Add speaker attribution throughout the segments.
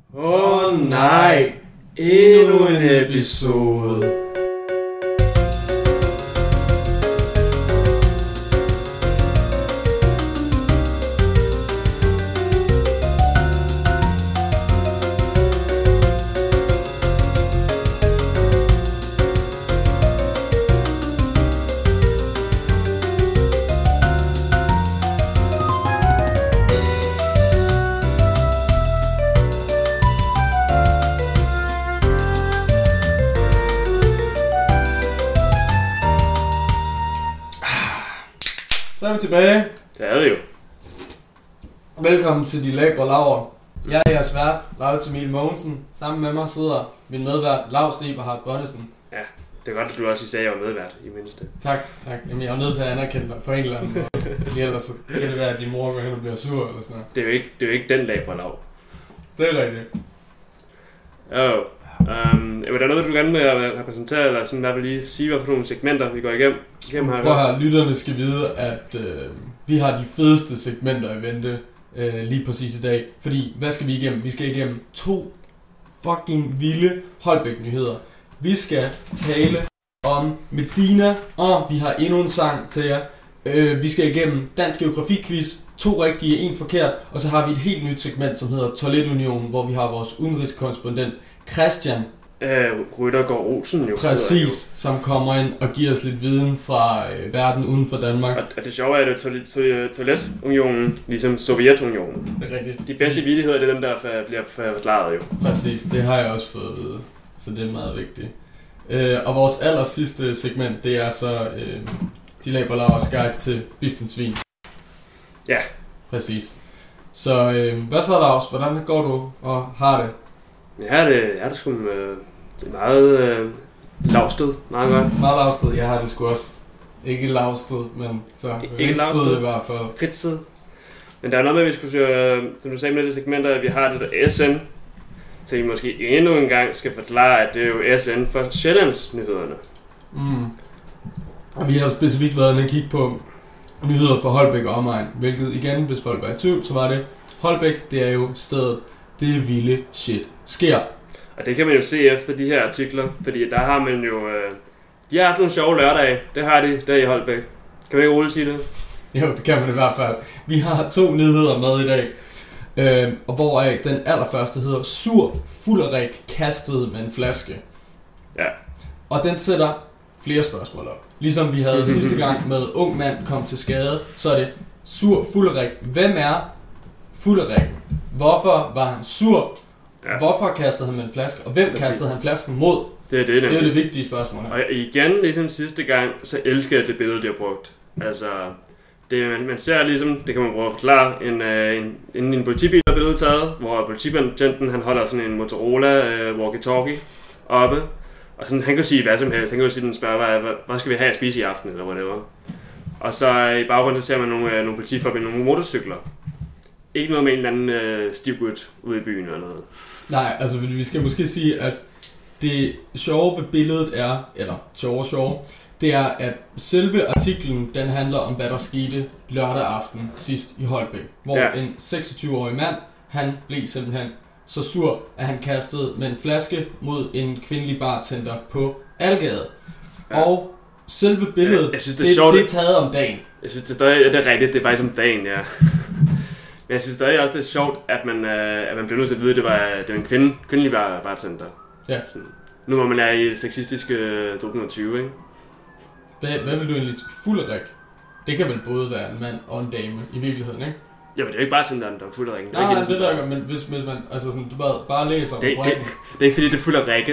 Speaker 1: Nej, endnu en episode. Så er vi tilbage.
Speaker 2: Det er det jo.
Speaker 1: Velkommen til De Lækre Laver. Jeg er jeres vært, Laurits Emil Mogensen. Sammen med mig sidder min medvært, Laus Eberhard Bonnesen.
Speaker 2: Ja, det er godt, at du også sagde, at jeg var medvært i mindste.
Speaker 1: Tak. Jamen, jeg er nødt til at anerkende dig på en eller anden måde. Fordi ellers så kan det være, at din mor går hen og bliver sur eller sådan noget.
Speaker 2: Det er jo ikke den lag på lav.
Speaker 1: Det er rigtigt.
Speaker 2: Er der noget, du gerne vil repræsentere, eller sådan, hvad vil lige sige, hvad for nogle segmenter vi går igennem her?
Speaker 1: Prøv her, lytterne skal vide, at vi har de fedeste segmenter i vente lige præcis i dag. Fordi, hvad skal vi igennem? Vi skal igennem 2 fucking vilde Holbæk-nyheder. Vi skal tale om Medina, og vi har endnu en sang til jer. Vi skal igennem dansk geografi-quiz, 2 rigtige, 1 forkert, og så har vi et helt nyt segment, som hedder Toiletunionen, hvor vi har vores udenrigskorrespondent Christian
Speaker 2: Ryttergaard Olsen jo.
Speaker 1: Præcis, som kommer ind og giver os lidt viden fra verden uden for Danmark.
Speaker 2: Og det sjove er, at Toiletunionen, ligesom Sovjetunionen.
Speaker 1: Det er rigtigt.
Speaker 2: De bedste vildigheder, det er dem, der bliver forklaret jo.
Speaker 1: Præcis, det har jeg også fået at vide, så det er meget vigtigt. Og vores aller sidste segment, det er så De Lækre Lavers guide til bistandsvin.
Speaker 2: Ja.
Speaker 1: Præcis. Så hvad så, Laus? Hvordan går du og har det?
Speaker 2: Ja, det er sgu meget lavsted, meget godt.
Speaker 1: Meget lavsted, jeg har det sgu også ikke lavsted, men så ridset i hvert fald.
Speaker 2: Ridset. Men der er noget med, at vi skulle, som du sagde med det segmenter, at vi har det der SN, så vi måske endnu en gang skal forklare, at det er jo SN for Sjællandsnyhederne.
Speaker 1: Og vi har specifikt været inde og kigge på nyheder for Holbæk og omegn, hvilket igen, hvis folk var i tvivl, så var det Holbæk, det er jo stedet, det vilde shit sker. Og
Speaker 2: det kan man jo se efter de her artikler, fordi der har man jo, de har haft nogle sjove lørdage, det har de der i Holbæk. Kan vi ikke roligt sige det?
Speaker 1: Jo, det kan man i hvert fald. Vi har 2 nyheder med i dag, og hvoraf den allerførste hedder Sur fulderik kastet med en flaske.
Speaker 2: Ja.
Speaker 1: Og den sætter flere spørgsmål op. Ligesom vi havde sidste gang med ung mand kom til skade, så er det sur fulderik. Hvem er fulderik? Hvorfor var han sur? Ja. Hvorfor kastede han med en flaske? Og hvem kastede han flasken mod?
Speaker 2: Det er
Speaker 1: det vigtige spørgsmål her.
Speaker 2: Og igen, ligesom sidste gang, så elsker jeg det billede, de har brugt. Altså, man ser ligesom, det kan man prøve at forklare, en politibil er blevet taget, hvor politibetjenten han holder sådan en Motorola walkie-talkie oppe. Og sådan, han kan sige hvad som helst. Han kan jo sige, den spørger, hvad skal vi have at spise i aften, eller whatever. Og så i baggrunden, så ser man nogle politifolk med nogle motorcykler. Ikke noget med en eller anden stivgut ude i byen eller noget.
Speaker 1: Nej, altså vi skal måske sige, at det sjove ved billedet er, eller sjove, det er, at selve artiklen, den handler om, hvad der skete lørdag aften sidst i Holbæk. Hvor en 26-årig mand, han blev simpelthen så sur, at han kastede med en flaske mod en kvindelig bartender på Algade. Ja. Og selve billedet,
Speaker 2: jeg synes,
Speaker 1: det er taget om dagen.
Speaker 2: Jeg synes, det er stadig, det er rigtigt, det er faktisk om dagen, ja. Men jeg synes stadig også, det er sjovt, at man bliver nødt til at vide, at det var en kvindelig bartender.
Speaker 1: Ja.
Speaker 2: Sådan. Nu hvor man er i sexistiske 2020, ikke?
Speaker 1: Hvad vil du egentlig fulderik? Det kan vel både være en mand og en dame i virkeligheden, ikke?
Speaker 2: Ja, men det er jo ikke bare sådan, der er fuld af rikke.
Speaker 1: Nej, det ved jeg godt, men hvis man altså sådan, du bare læser om brækken.
Speaker 2: Det er ikke fordi, det er fuld af rikke.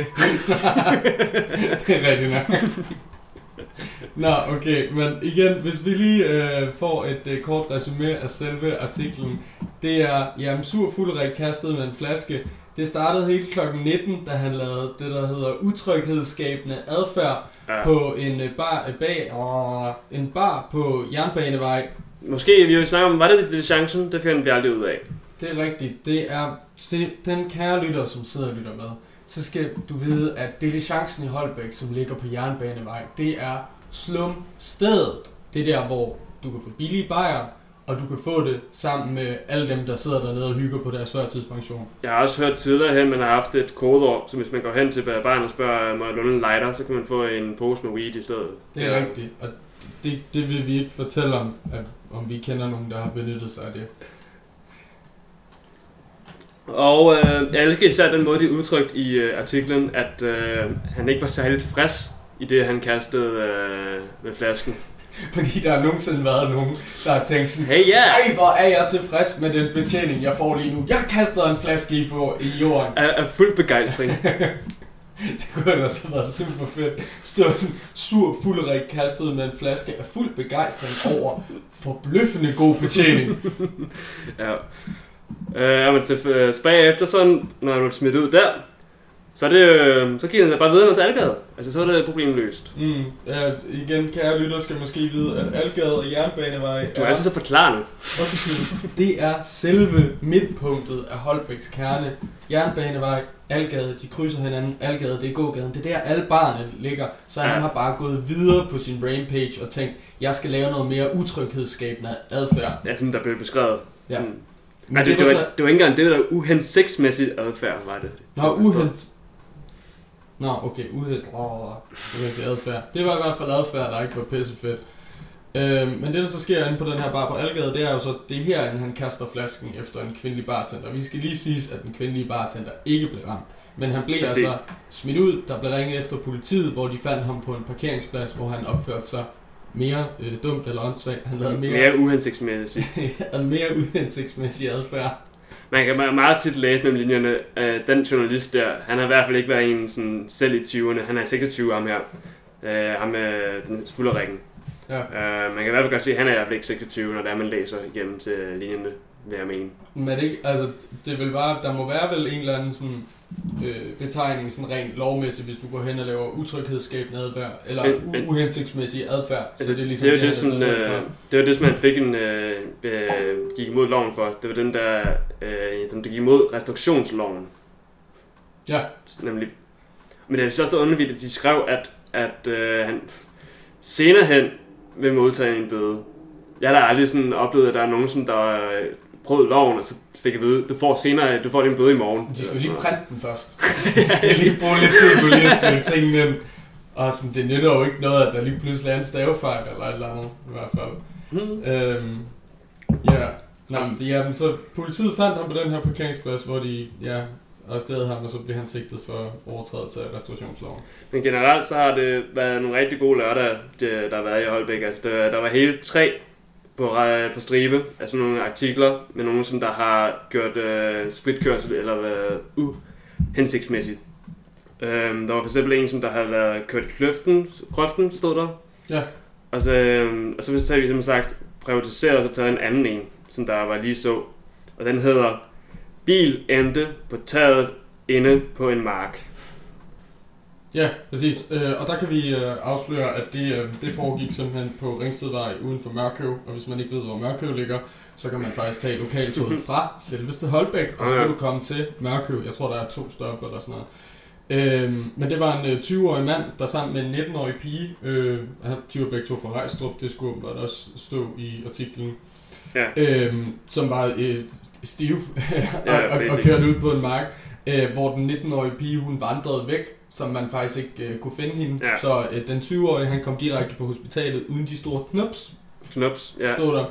Speaker 1: Det er rigtigt nok. Nå, okay, men igen, hvis vi lige får et kort resumé af selve artiklen. Det er, sur fulderik kastet med en flaske. Det startede helt kl. 19, da han lavede det, der hedder utryghedsskabende adfærd på en bar på Jernbanevej.
Speaker 2: Måske, vi vil snakke om, var det chancen? Det finder vi aldrig ud af.
Speaker 1: Det er rigtigt. Det er den kære lytter, som sidder og lytter med. Så skal du vide, at diligencen i Holbæk, som ligger på Jernbanevej, det er slumstedet. Det er der, hvor du kan få billige bajer, og du kan få det sammen med alle dem, der sidder dernede og hygger på deres førtidspension.
Speaker 2: Jeg har også hørt tidligere hen, man har haft et kodeord, så hvis man går hen til barn og spørger, må jeg låne en lighter, så kan man få en pose med weed i stedet. Det er
Speaker 1: rigtigt, og det vil vi ikke fortælle om vi kender nogen, der har benyttet sig af det.
Speaker 2: Og jeg elsker især den måde, det er udtrykt i artiklen, at han ikke var særlig tilfreds i det, han kastede med flasken.
Speaker 1: Fordi der har nogensinde været nogen, der har tænkt sådan,
Speaker 2: hey, yeah.
Speaker 1: Ej, hvor er jeg tilfreds med den betjening, jeg får lige nu. Jeg kaster en flaske i jorden.
Speaker 2: Af fuld begejstring.
Speaker 1: Det kunne ellers have været super fedt. Stå sådan sur fulderik kastet med en flaske af fuld begejstring over forbløffende god betjening.
Speaker 2: Ja. Men tilbage efter sådan, når du er smidt ud der, så giver han bare videre til Algade. Altså, så er det problemet løst.
Speaker 1: Igen, kære lytter, skal måske vide, at Algade og Jernbanevej
Speaker 2: Du er altså så forklarende.
Speaker 1: Det er selve midtpunktet af Holbæks kerne. Jernbanevej, Algade, de krydser hinanden. Algade, det er gågaden. Det er der, alle barne ligger. Så han har bare gået videre på sin rampage og tænkt, jeg skal lave noget mere utryghedsskabende adfærd.
Speaker 2: Ja, som der blev beskrevet.
Speaker 1: Ja.
Speaker 2: Men det var ikke engang det, der uhensigtsmæssigt adfærd, var det.
Speaker 1: Uhensigtsmæssig adfærd. Det var i hvert fald adfærd, der ikke var pissefedt. Men det, der så sker inde på den her bar på Algade, det er jo så, det er herinde, han kaster flasken efter en kvindelig bartender. Vi skal lige sige, at den kvindelige bartender ikke blev ramt. Men han blev altså smidt ud. Der blev ringet efter politiet, hvor de fandt ham på en parkeringsplads, hvor han opførte sig mere dumt eller åndssvagt. Han lavede
Speaker 2: mere uhensigtsmæssigt.
Speaker 1: mere uhensigtsmæssig adfærd.
Speaker 2: Man kan meget tit læse mellem linjerne, den journalist der, han har i hvert fald ikke været en sådan selv i 20'erne. Han er 26 ham her. Ham med den fulderækken.
Speaker 1: Ja.
Speaker 2: Man kan i hvert fald godt se, at han er i hvert fald ikke 26, når det er, man læser igennem til linjerne, vil jeg mene.
Speaker 1: Men det ikke, altså, det er vel bare, der må være vel en eller anden sådan betegning sådan rent lovmæssigt, hvis du går hen og laver utryghedsskabende adfærd, eller uhensigtsmæssig adfærd, så det er ligesom
Speaker 2: det var det, som man fik gik imod loven for. Det var den der, som det gik imod restriktionsloven.
Speaker 1: Ja.
Speaker 2: Nemlig. Men det er så også underligt, at de skrev, at han senere hen vil modtage en bøde. Jeg har da aldrig sådan oplevet, at der er nogen, som der prøvede loven, og så fik jeg vide, du får din bøde i morgen.
Speaker 1: De skulle lige printe den først. De skal lige bruge lidt tid på lige at skrive tingene ind. Og sådan, det nytter jo ikke noget, at der lige pludselig er en stavefejl, eller et eller andet, i hvert fald. Ja, så politiet fandt ham på den her parkeringsplads, hvor de arresterede ham, og så blev han sigtet for overtrædelse af restaurationsloven.
Speaker 2: Men generelt så har det været nogle rigtig gode lørdage, der har været i Holbæk. Altså, der var hele 3 på stribe, altså nogle artikler med nogen, som der har gjort spritkørsel eller været uhensigtsmæssigt. Der var for eksempel en, som der havde været kørt i grøften, stod der.
Speaker 1: Ja.
Speaker 2: Og så har vi som sagt privatiseret og så taget en anden en, som der var lige så. Og den hedder Bil endte på taget inde på en mark.
Speaker 1: Ja, præcis. Og der kan vi afsløre, at det foregik simpelthen på Ringstedvej uden for Mørkøv. Og hvis man ikke ved, hvor Mørkøv ligger, så kan man faktisk tage lokaltoget fra selveste Holbæk, og så kan du komme til Mørkøv. Jeg tror, der er 2 stop eller sådan noget. Men det var en 20-årig mand, der sammen med en 19-årig pige, de var begge to fra Rejstrup, det skulle også stå i artiklen, som var stiv og kørte ud på en mark, hvor den 19-årige pige, hun vandrede væk, som man faktisk ikke kunne finde hende. Ja. Så den 20-årige, han kom direkte på hospitalet uden de store knups, stod der.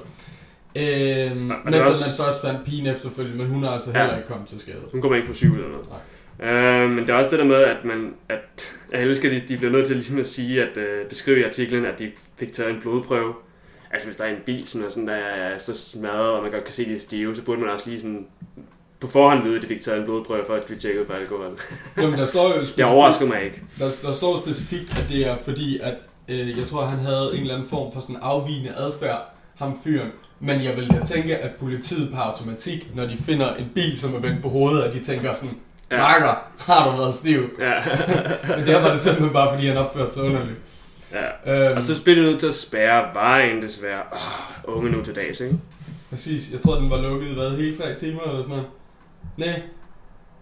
Speaker 1: Men så man først fandt pigen efterfølgende, men hun er altså heller ikke kommet til skade.
Speaker 2: Hun kommer ikke på sygehuset eller noget. Men det er også det der med, at jeg elsker, at de bliver nødt til ligesom at sige, at beskrive i artiklen, at de fik taget en blodprøve. Altså hvis der er en bil, som er sådan, der er så smadret, og man godt kan se, at de er stive, så burde man også lige sådan på forhånd vide, at de fik taget en blodprøve, for at blive tjekket for alkohol.
Speaker 1: Jo, men der står jo specifikt,
Speaker 2: jeg overrasker mig ikke.
Speaker 1: Der står specifikt, at det er fordi, at jeg tror, at han havde en eller anden form for sådan afvigende adfærd, ham fyren. Men jeg vil da tænke, at politiet på automatik, når de finder en bil, som er vendt på hovedet, at de tænker sådan, Marker, har du været stiv? Ja. Men der var det simpelthen bare, fordi han opførte sig underligt.
Speaker 2: Ja. Og så bliver det nødt til at spærre vejen, desværre. Unge nu til dags, ikke?
Speaker 1: Præcis. Jeg tror, den var lukket, hele 3 timer eller sådan noget. Nej.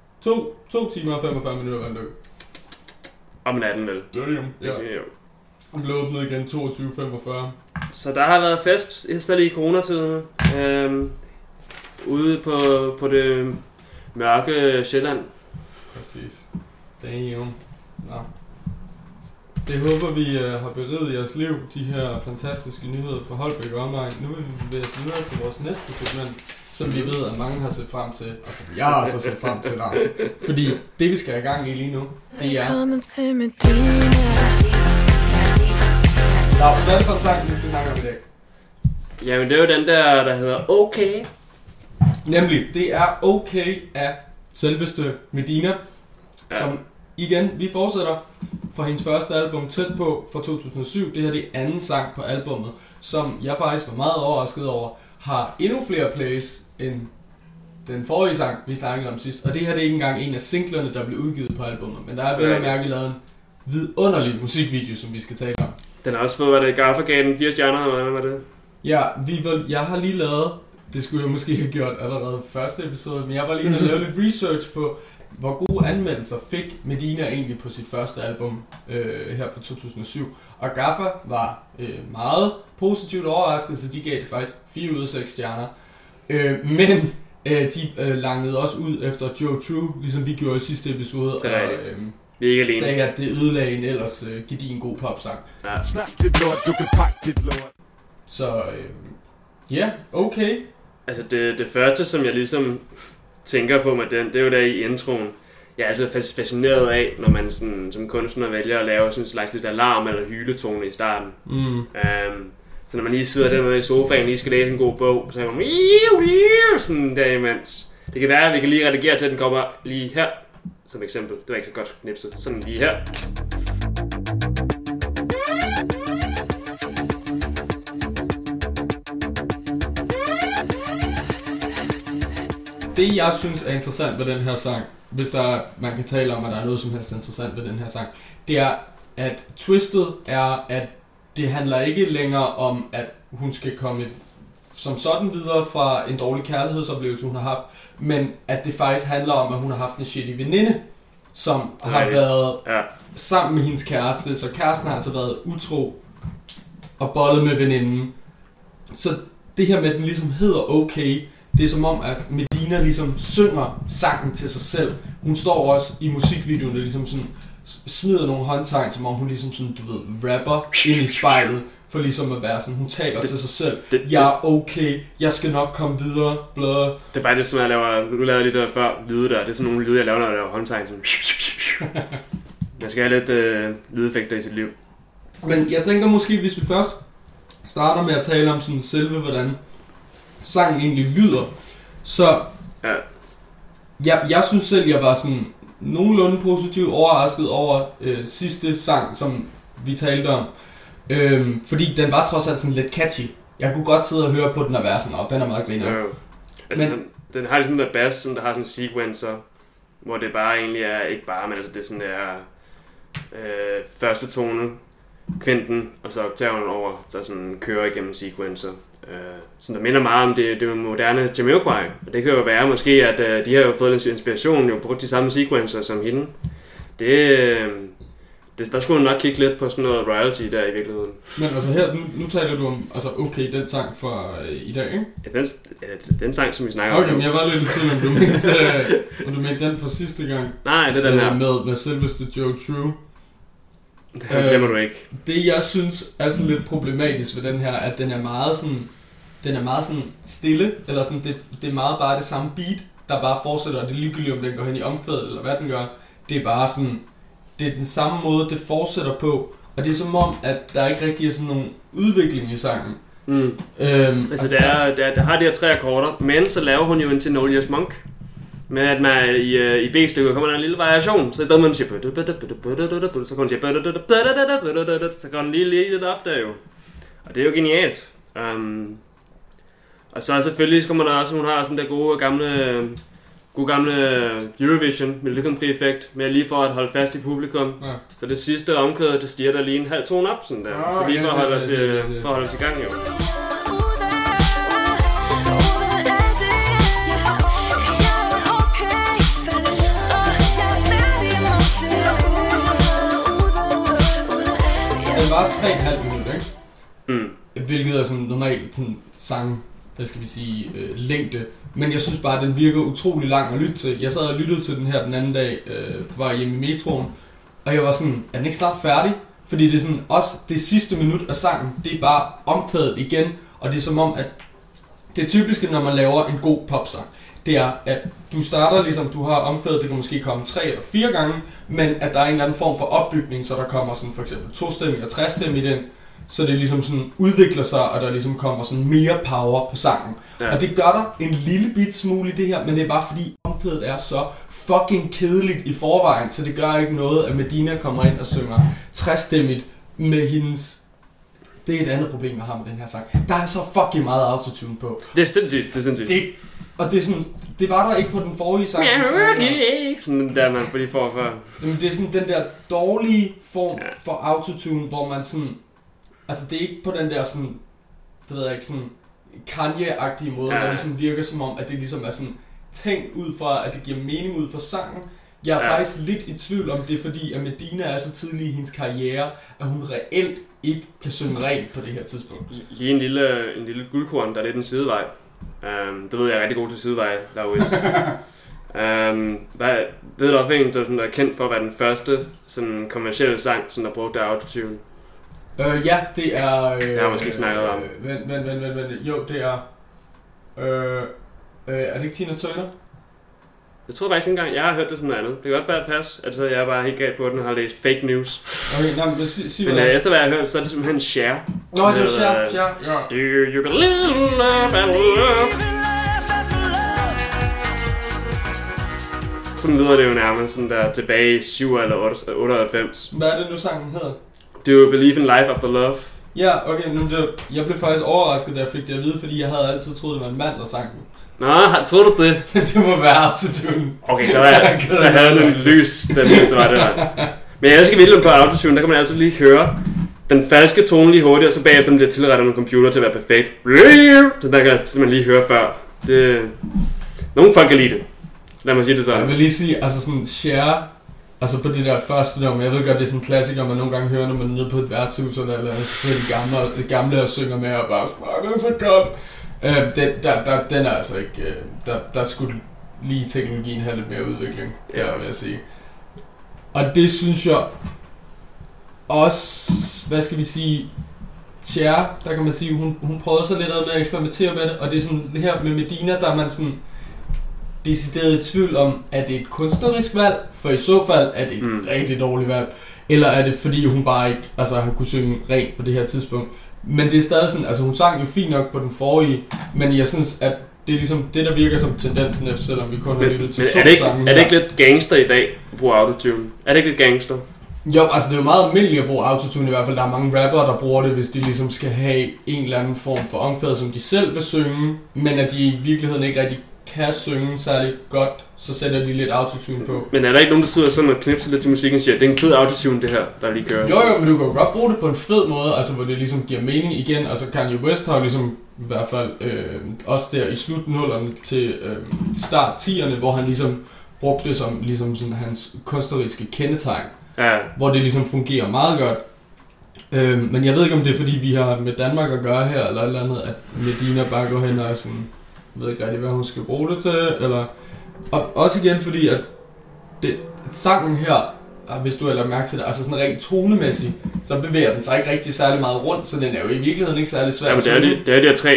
Speaker 1: 2 timer og 45 minutter var den lukket.
Speaker 2: Om natten vel?
Speaker 1: Ja. Den blev åbnet igen 22.45.
Speaker 2: Så der har været fest, selv i coronatiden, ude på det mørke Sjælland.
Speaker 1: Præcis. Damn. Nå. Det håber vi har beriget jeres liv, de her fantastiske nyheder fra Holbæk og omegn. Nu vil vi bevæge os videre til vores næste segment, som vi ved, at mange har set frem til. Altså, jeg har altså set frem til langt. Fordi det, vi skal have gang i lige nu, det er... Nå, hvad er det for en sang, vi skal snakke om i dag?
Speaker 2: Jamen, det er jo den der hedder Okay.
Speaker 1: Nemlig, det er Okay af selveste Medina, som igen, vi fortsætter fra hendes første album Tæt på fra 2007. Det her det er anden sang på albummet, som jeg faktisk var meget overrasket over, har endnu flere plays end den forrige sang, vi snakkede om sidst. Og det her det er ikke engang en af singlerne, der blev udgivet på albummet, men der er vel at mærke lavet en vidunderlig musikvideo, som vi skal tale om.
Speaker 2: Den har også fået, hvad det Gaffa gav den 4 stjerner, eller hvad var det?
Speaker 1: Ja, jeg har lige lavet, det skulle jeg måske have gjort allerede første episode, men jeg var lige inde og lave lidt research på, hvor gode anmeldelser fik Medina egentlig på sit første album her fra 2007. Og Gaffa var meget positivt overrasket, så de gav det faktisk 4 ud af 6 stjerner. Men de langede også ud efter Joe True, ligesom vi gjorde i sidste episode, og sagde, at det ødelagde en ellers gedigen god popsang. Ja. Så ja, okay.
Speaker 2: Altså det første, som jeg ligesom tænker på med den, det er jo der i introen. Jeg er altså fascineret af, når man sådan, som kunstner vælger at lave sådan en slags lidt alarm eller hyletone i starten. Så når man lige sidder dernede i sofaen, lige skal læse en god bog, så er man sådan der imens. Det kan være, at vi kan lige redigere til, at den kommer lige her, som eksempel. Det var ikke så godt knipset. Sådan lige her.
Speaker 1: Det jeg synes er interessant ved den her sang, hvis man kan tale om, at der er noget som helst interessant ved den her sang, det er, at twistet er, at det handler ikke længere om, at hun skal komme som sådan videre fra en dårlig kærlighedsoplevelse, hun har haft, men at det faktisk handler om, at hun har haft en shitty veninde, som har været sammen med hendes kæreste, så kæresten har altså været utro og bollet med veninden. Så det her med, at den ligesom hedder Okay, det er som om, at Medina ligesom synger sangen til sig selv. Hun står også i musikvideoen og ligesom sådan smider nogle håndtegn, som om hun ligesom sådan, du ved, rapper ind i spejlet, for ligesom at være sådan, hun taler til sig selv. Jeg er okay, jeg skal nok komme videre, bla.
Speaker 2: Det er bare det, som jeg laver, du lavede lidt der før, lyde der. Det er sådan nogle lyde, jeg laver, når jeg laver håndtegn. Sådan. Man skal have lidt lydeffekter i sit liv.
Speaker 1: Men jeg tænker måske, hvis vi først starter med at tale om sådan selve, hvordan sangen egentlig lyder, så jeg synes selv, jeg var sådan nogenlunde positivt overrasket over sidste sang, som vi talte om. Fordi den var trods alt sådan lidt catchy. Jeg kunne godt sidde og høre på den og være sådan, den er meget griner.
Speaker 2: Altså, men den har ligesom der bass, sådan, der har sådan sequencer, hvor det bare egentlig er, ikke bare, men altså det er sådan der første tone, kvinten, og så oktaven over, der sådan kører igennem sequencer. Så der minder meget om det moderne Jamiroquai. Og det kan jo være måske, at de har jo fået en inspiration, jo brugt de samme sequencer som hende. Der skulle man nok kigge lidt på sådan noget royalty der i virkeligheden.
Speaker 1: Men altså her, nu taler du om, altså Okay, den sang fra i dag, ikke?
Speaker 2: Ja, den sang, som vi snakker om.
Speaker 1: Okay, men jeg var lidt i tvivl, om du mente den fra sidste gang.
Speaker 2: Nej, det er den her.
Speaker 1: Med selveste Joe True.
Speaker 2: Det glemmer du ikke.
Speaker 1: Det jeg synes er sådan lidt problematisk ved den her, at den er meget sådan stille, eller sådan det er meget bare det samme beat, der bare fortsætter, og det er ligegyldigt, om den går hen i omkvædet, eller hvad den gør. Det er bare sådan, det er den samme måde, det fortsætter på, og det er som om, at der ikke rigtig er sådan nogen udvikling i sangen.
Speaker 2: Altså der har de her 3 akkorder, men så laver hun jo en Thelonious Monk. Med at man i B-stykket kommer der en lille variation, så i stedet man siger så kan hun sige så går den lige lidt op der jo. Og det er jo genialt. Og så selvfølgelig så kommer der også, hun har sådan der gode gamle Eurovision Melodikreds-effekt med lige for at holde fast i publikum. Ja. Så det sidste omkvæd, det stiger der lige en halv tone op sådan der. Så lige for at holde os i gang jo.
Speaker 1: var 3,5 minutter, ikke?
Speaker 2: Mm.
Speaker 1: Hvilket er sådan normalt sådan sang, hvad skal vi sige, længde. Men jeg synes bare, at den virker utrolig lang at lytte til. Jeg sad og lyttede til den her den anden dag på vej hjem i metroen, og jeg var sådan, er den ikke snart færdig? Fordi det er sådan, også det sidste minut af sangen, det er bare omkvædet igen, og det er som om, at det typiske, når man laver en god popsang, det er, at du starter ligesom, du har omkvædet, det kan måske komme 3 eller 4 gange, men at der er en eller anden form for opbygning, så der kommer sådan for eksempel 2-stemmig og 3-stemmig i den, så det ligesom sådan udvikler sig, og der ligesom kommer sådan mere power på sangen. Ja. Og det gør der en lille bit smule i det her, men det er bare fordi omkvædet er så fucking kedeligt i forvejen, så det gør ikke noget, at Medina kommer ind og synger 3-stemmigt med hendes... Det er et andet problem, jeg har med den her sang. Der er så fucking meget autotune på.
Speaker 2: Det er sindssygt.
Speaker 1: Og det er sådan, det var der ikke på den forrige sang.
Speaker 2: Sådan der man får lige for før.
Speaker 1: Jamen det er sådan den der dårlige form for autotune, hvor man sådan, altså det er ikke på den der sådan, det ved jeg ikke, sådan Kanye-agtige måde, hvor det sådan virker som om, at det ligesom er sådan tænkt ud fra, at det giver mening ud fra sangen. Jeg er faktisk lidt i tvivl om det, fordi at Medina er så tidlig i hendes karriere, at hun reelt ikke kan synge rent på det her tidspunkt.
Speaker 2: Lige en lille guldkorn, der er lidt en sidevej. Det ved jeg er rigtig god til sidevej, Lauis. Ved du også, der er kendt for at være den første sådan kommercielle sang, som der brugte autotune?
Speaker 1: Ja, det er...
Speaker 2: det har jeg måske snakket om.
Speaker 1: Vent. Jo, det er... er det ikke Tina Turner?
Speaker 2: Jeg tror faktisk ikke engang, jeg har hørt det som noget andet. Det kan godt bare passe. Altså, jeg er bare helt galt på den og har læst fake news.
Speaker 1: Okay, nej, men sig
Speaker 2: men efter hvad jeg har hørt, så er det simpelthen Cher.
Speaker 1: Nå, det er Cher, ja.
Speaker 2: Do you believe in love and love? Sådan lyder det jo nærmest sådan der tilbage i 7 eller 98.
Speaker 1: Hvad er det nu sangen hedder?
Speaker 2: Do you believe in life after love?
Speaker 1: Ja, okay, men jeg blev faktisk overrasket, da jeg fik det at vide, fordi jeg havde altid troet, det var en mand, der sang den.
Speaker 2: Nå, tror du det?
Speaker 1: Det må være autotune.
Speaker 2: Okay, så havde den lys, det var det der. Men jeg elsker vildt på autotune, der kan man altid lige høre den falske tone lige hurtigt, og så bagefter den bliver tilrettet med computer til at være perfekt. Så der kan man lige høre før. Nogle folk kan lide det. Lad mig sige det sådan.
Speaker 1: Jeg vil lige sige, altså sådan Cher, altså på det der første nummer, jeg ved godt, det er sådan en klassiker, man nogle gange hører, når man er nede på et værtshus eller andet, så sidder de gamle og synger med og bare sådan, det er så godt. Den er altså ikke, der skulle lige teknologien have lidt mere udvikling, der vil jeg sige. Og det synes jeg også, hvad skal vi sige, Cher, der kan man sige, hun prøvede sig lidt med at eksperimentere med det, og det er sådan, det her med Medina, der er man sådan decideret i tvivl om, er det et kunstnerisk valg, for i så fald er det et rigtig dårligt valg, eller er det fordi hun bare ikke, altså han kunne synge rent på det her tidspunkt. Men det er stadig sådan, altså hun sang jo fint nok på den forrige, men jeg synes, at det er ligesom det, der virker som tendensen efter, selvom vi kun har lyttet til 2 sange.
Speaker 2: Er det ikke lidt gangster i dag at bruge autotune? Er det ikke lidt gangster?
Speaker 1: Jo, altså det er jo meget almindeligt at bruge autotune i hvert fald. Der er mange rappere, der bruger det, hvis de ligesom skal have en eller anden form for omkvæd, som de selv vil synge, men at de i virkeligheden ikke rigtig kan synge særlig godt, så sætter de lidt autotune på.
Speaker 2: Men er der ikke nogen, der sidder sådan og knipser lidt til musikken og siger, det er en fed autotune det her, der lige kører?
Speaker 1: Jo, men du kan jo godt bruge det på en fed måde, altså hvor det ligesom giver mening igen. Altså Kanye West har ligesom i hvert fald også der i slut 0'erne til start 10'erne, hvor han ligesom brugte det som ligesom sådan hans kunstneriske kendetegn. Ja. Hvor det ligesom fungerer meget godt. Men jeg ved ikke, om det er fordi vi har med Danmark at gøre her, eller et eller andet, at Medina bare går hen og sådan... Jeg ved ikke rigtig, hvad hun skal bruge det til, eller... Og også igen, fordi at sangen her, hvis du har lagt mærke til det, altså sådan rent tonemæssigt, så bevæger den sig ikke rigtig særlig meget rundt, så den er jo i virkeligheden ikke særlig svær.
Speaker 2: Ja, men det er de her tre,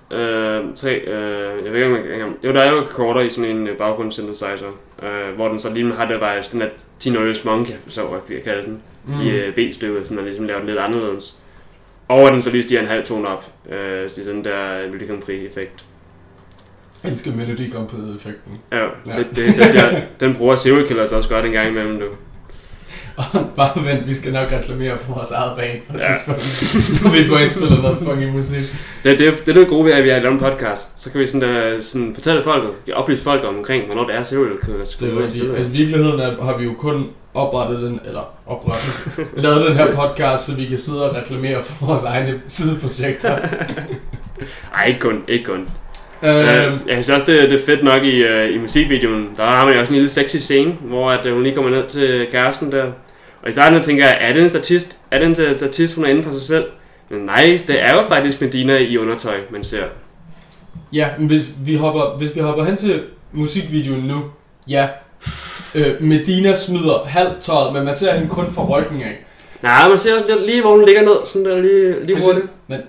Speaker 2: jeg ved ikke, om jeg kan... Jo, der er jo akkorder i sådan en baggrundssynthesizer, hvor den så lige har det bare den der 10-0 Monkey, så jeg kalder den, i B-stykket, sådan at ligesom laver den lidt anderledes. Og den så lige stiger en halv tone op, så den der Melodi Grand Prix-effekt.
Speaker 1: Jeg elsker Melodi Grand Prix-effekten.
Speaker 2: Ja. Den bruger Serial Killers også godt en gang imellem, du.
Speaker 1: Og bare vent, vi skal nok reklamere for vores eget band på et tidspunkt, når vi får indspillet noget fucking musik.
Speaker 2: Det er det gode ved, at vi har lavet en podcast. Så kan vi sådan fortælle folket, oplyse folk omkring, hvornår det er Serial Killers.
Speaker 1: Det er rigtigt. Altså, i virkeligheden har vi jo kun lavet den her podcast, så vi kan sidde og reklamere for vores egne sideprojekter.
Speaker 2: Ej, ikke kun. Jeg synes også, det er fedt nok i musikvideoen. Der har man jo også en lille sexy scene, hvor at hun lige kommer ned til kæresten der, Og i starten tænker jeg, er det en statist? Er det en statist, hun er inde for sig selv? Men nej, det er jo faktisk Medina i undertøj, man ser.
Speaker 1: Ja, men hvis vi hopper hen til musikvideoen nu, ja. Medina smider halvt tøjet, men man ser hende kun fra ryggen af.
Speaker 2: Nej, man ser lige, hvor hun ligger ned, sådan der lige hurtigt.
Speaker 1: Men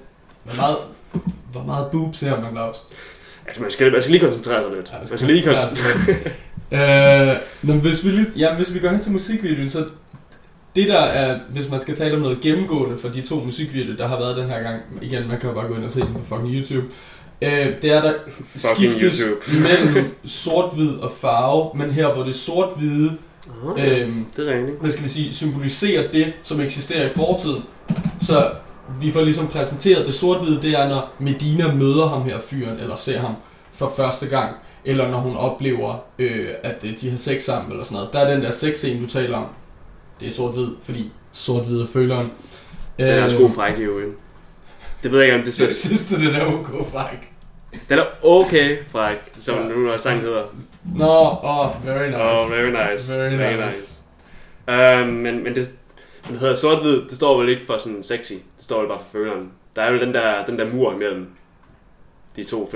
Speaker 1: hvor meget boob ser man, Lars?
Speaker 2: Altså, man skal lige koncentrere sig lidt.
Speaker 1: Ja,
Speaker 2: man skal lige koncentrere sig.
Speaker 1: Men hvis vi går hen til musikvideoen, så det der er, hvis man skal tale om noget gennemgående for de 2 musikvideoer, der har været den her gang, igen, man kan jo bare gå ind og se den på fucking YouTube, det er, der skiftes mellem sort-hvid og farve, men her hvor det sort-hvide,
Speaker 2: det er rigtigt.
Speaker 1: hvad skal vi sige, symboliserer det, som eksisterer i fortiden. Så vi får ligesom præsenteret det sort-hvide, det er, når Medina møder ham her fyren, eller ser ham for første gang, eller når hun oplever, at de har sex sammen, eller sådan noget. Der er den der sexscene, du taler om. Det er sort-hvid, fordi sort-hvid er føleren.
Speaker 2: Den er sgu fræk i øvrigt. Det ved jeg ikke, om det
Speaker 1: er... Synes du, det er ok fræk?
Speaker 2: Den er okay fræk, som nu når sang hedder.
Speaker 1: Very nice.
Speaker 2: Very nice. Very nice. Men det hedder sort-hvid, det står vel ikke for sådan sexy. Det står vel bare for føleren. Der er jo den der mur imellem de 2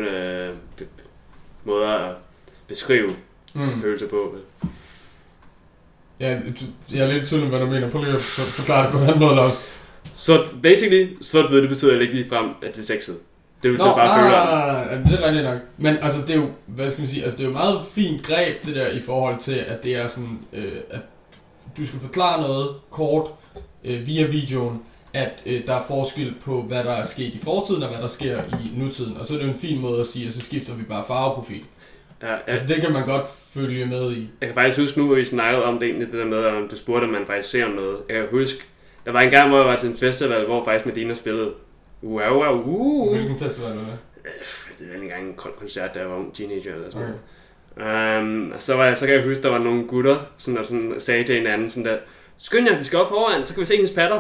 Speaker 2: måder at beskrive følelser på.
Speaker 1: Ja, jeg er lidt tvivl om, hvad du mener. Prøv lige at forklare det på den måde, Lars.
Speaker 2: Så basically, sort-hvid, det betyder ikke lige frem, at det er sexet. Det betyder bare føleren.
Speaker 1: Nej, det er rigtigt nok. Men altså, det er jo, hvad skal man sige, altså det er jo meget fint greb, det der, i forhold til, at det er sådan, at du skal forklare noget kort via videoen, at der er forskel på, hvad der er sket i fortiden, og hvad der sker i nutiden. Og så er det jo en fin måde at sige, at så skifter vi bare farveprofil. Ja, altså det kan man godt følge med i.
Speaker 2: Jeg kan faktisk huske nu, hvor vi snakkede om det egentlig, det der med, om du spurgte, om man faktisk ser noget. Jeg kan huske, der var en gang, hvor jeg var til en festival, hvor faktisk Medina spillede.
Speaker 1: Hvilken festival var det?
Speaker 2: Det var en gang en koncert, da jeg var ung teenager eller sådan noget. Så kan jeg huske, der var nogle gutter, som sådan sagde til hinanden sådan der, skynd jer, vi skal op foran, så kan vi se hendes patter.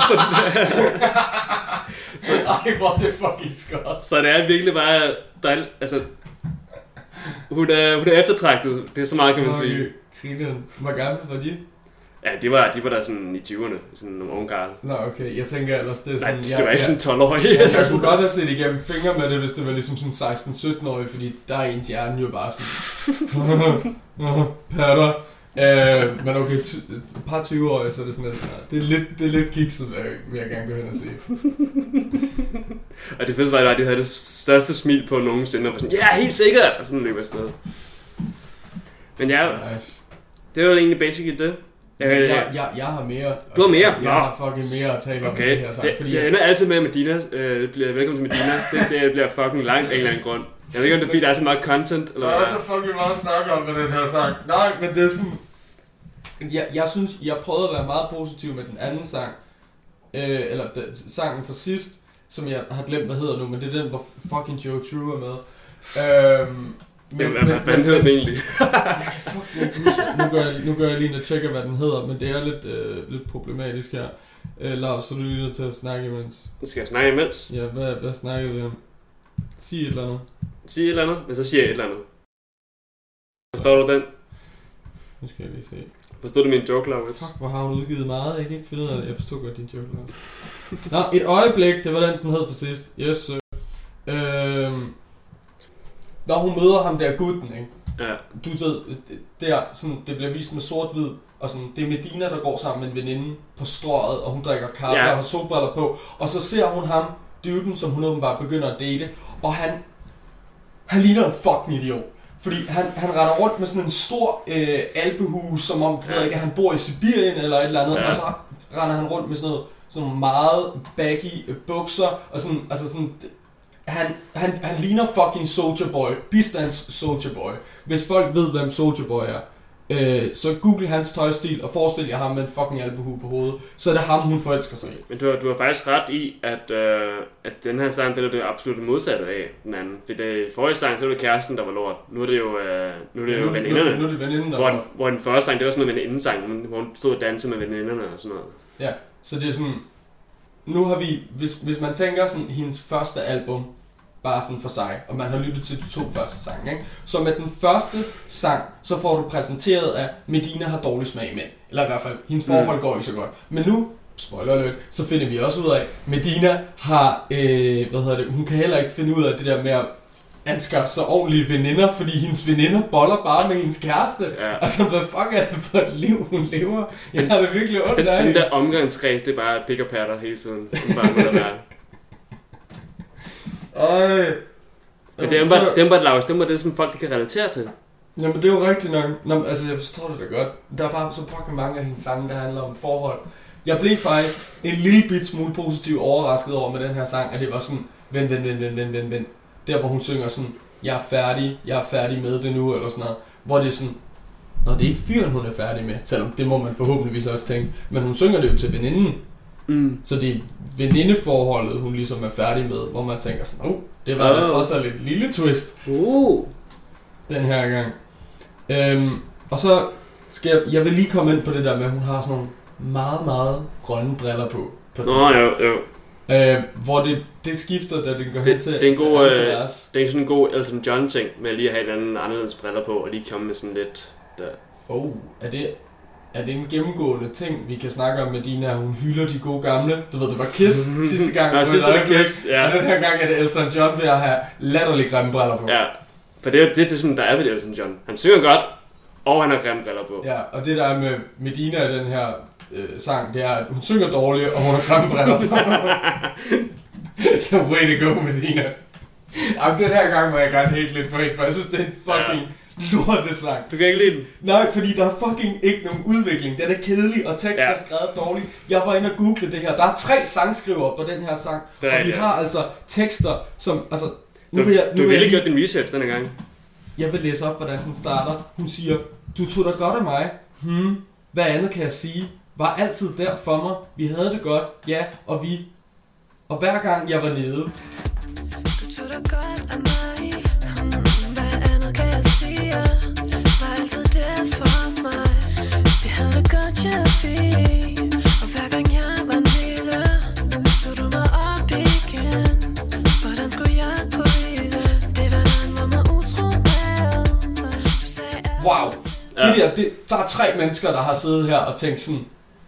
Speaker 1: Ej, hvor er det fucking skørt.
Speaker 2: Så det er virkelig bare dejligt, altså... Hun er eftertragtet, det er så meget, kan man sige.
Speaker 1: Hvor gamle var de?
Speaker 2: Ja, de var der sådan i 20'erne, sådan nogle unge karl.
Speaker 1: Nå, okay, jeg tænker ellers, det er sådan...
Speaker 2: Nej, det var ikke sådan 12-årige.
Speaker 1: Jeg kunne godt have set igennem fingre med det, hvis det var ligesom sådan 16-17-årige, fordi der er ens hjerne jo bare sådan... patter. Men okay, et par 20-årige, så er det sådan lidt... Det er lidt kikset, vil jeg gerne gå hen og se.
Speaker 2: Og det fedeste var, at de havde det største smil på nogensinde, og var sådan, ja, helt sikkert! Og sådan løb afsted. Men ja, nice. Det var jo egentlig basically det.
Speaker 1: Jeg har mere.
Speaker 2: Du har mere?
Speaker 1: Jeg har fucking mere at tale om det her sang.
Speaker 2: Fordi det ender altid med Medina. Det bliver velkommen til Medina. Det bliver fucking langt af en eller anden grund. Jeg ved ikke, om det er fordi, der er så meget content. Eller
Speaker 1: der er så fucking meget at snakke om med den her sang. Nej, men det er sådan... Jeg synes, jeg prøvede at være meget positiv med den anden sang. Eller sangen fra sidst, som jeg har glemt, hvad hedder nu, men det er den, hvor fucking Joe True er med.
Speaker 2: Hvad hedder den egentlig?
Speaker 1: Jeg kan fucking ikke huske. Nu gør jeg lige en tjekke, hvad den hedder, men det er lidt problematisk her. Lars, så er du lige nødt til at snakke imens.
Speaker 2: Skal jeg snakke imens?
Speaker 1: Ja, hvad snakker vi om? Sig et eller andet.
Speaker 2: Sig et eller andet, men så siger jeg et eller andet. Forstår du den?
Speaker 1: Nu skal jeg lige se.
Speaker 2: Forstod du min joke, Laurits?
Speaker 1: Fuck, hvor har hun udgivet meget. Jeg kan ikke finde ud af det. Jeg forstod godt din joke, Laurits. Nå, et øjeblik. Det var den hed for sidst. Yes. Når hun møder ham der gutten, ikke?
Speaker 2: Ja.
Speaker 1: Du ved, der, sådan, det bliver vist med sort-hvid, og sådan, det er Medina, der går sammen med en veninde på strøget, og hun drikker kaffe og har solbriller på, og så ser hun ham, dyben, som hun åbenbart begynder at date, og han ligner en fucking idiot. Fordi han render rundt med sådan en stor alpehue, som om du ved ikke, at han bor i Sibirien eller et eller andet, og så render han rundt med sådan nogle meget baggy bukser, og sådan, altså sådan... Han ligner fucking Soulja Boy, bistands Soulja Boy. Hvis folk ved, hvem Soulja Boy er, så google hans tøjstil og forestil jer ham med en fucking albuehue på hovedet, så er det ham, hun forelsker sig i.
Speaker 2: Men du har faktisk ret i, at den her sang, den er det absolut modsatte af den anden. For det forrige sang, så var det kæresten, der var lort. Nu er det jo, veninderne.
Speaker 1: Nu er det veninderne,
Speaker 2: hvor den første sang, det var sådan noget venindesang, hvor hun stod og dansede med veninderne og sådan noget.
Speaker 1: Ja, så det er sådan... Nu har vi... Hvis man tænker sådan hendes første album, bare sådan for sig, og man har lyttet til de 2 første sange, ikke? Så med den første sang, så får du præsenteret, at Medina har dårlig smag med, eller i hvert fald, hendes forhold går ikke så godt. Men nu, spoiler alert, så finder vi også ud af, at Medina har, hun kan heller ikke finde ud af det der med at anskaffe sig ordentlige veninder, fordi hendes veninder boller bare med hendes kæreste. Ja. Altså, hvad fuck er det for et liv, hun lever? Jeg har det virkelig ondt af.
Speaker 2: Den der omgangskreds, det er bare pik og patter hele tiden. Men det er det, som folk kan relatere til.
Speaker 1: Jamen, det er jo rigtigt nok. Nå, altså, jeg forstår det da godt. Der er bare så fucking mange af hendes sange, der handler om forhold. Jeg blev faktisk en lille bit smule positivt overrasket over med den her sang, at det var sådan, vent. Der, hvor hun synger sådan, jeg er færdig med det nu, eller sådan noget. Hvor det er sådan, det er ikke fyren, hun er færdig med, selvom det må man forhåbentligvis også tænke. Men hun synger det jo til veninden. Så det er venindeforholdet, hun ligesom er færdig med, hvor man tænker sådan, det var da trods alt et lille twist. Den her gang. Og så skal jeg vil lige komme ind på det der med, at hun har sådan nogle meget, meget grønne briller på. Hvor det skifter, da den går hen til.
Speaker 2: Det er en god, det er sådan en god Elton John ting med lige at have et anderledes briller på og lige komme med sådan lidt der. Er det en gennemgående ting, vi kan snakke om med Medina, hun hylder de gode gamle? Du ved, det var Kiss sidste gang. Ja, sidste var Kiss, ja.
Speaker 1: Og den her gang er det Elton John ved at have latterligt grimme briller på.
Speaker 2: Ja, for det er det, som der er ved Elton John. Han synger godt, og han har grimme briller på.
Speaker 1: Ja, og det der er med Medina i den her sang, det er, at hun synger dårligt, og hun har grimme briller på. Så way to go, Medina. Jamen, den her gang må jeg gerne helt lidt for jeg synes, det er en fucking lortesang.
Speaker 2: Du kan ikke lide den?
Speaker 1: Nej, fordi der er fucking ikke nogen udvikling. Den er kedelig, og teksten er skrevet dårligt. Jeg var inde og google det her. Der er 3 sangskrivere på den her sang, og vi har altså tekster, som... Altså,
Speaker 2: du har virkelig gjort din research denne gang.
Speaker 1: Jeg vil læse op, hvordan den starter. Hun siger, du tog dig godt af mig. Hvad andet kan jeg sige? Var altid der for mig. Vi havde det godt, ja, og vi... Og hver gang jeg var nede...
Speaker 3: Du tog dig godt af mig. Hvad andet kan jeg sige? Var altid der for mig. Vi havde det godt, ja, vi. Og hver gang jeg var nede, tog du mig op igen. Hvordan skulle jeg kunne vide? Det var den, var mig utro med.
Speaker 1: Wow! Der er 3 mennesker, der har siddet her og tænkt sådan...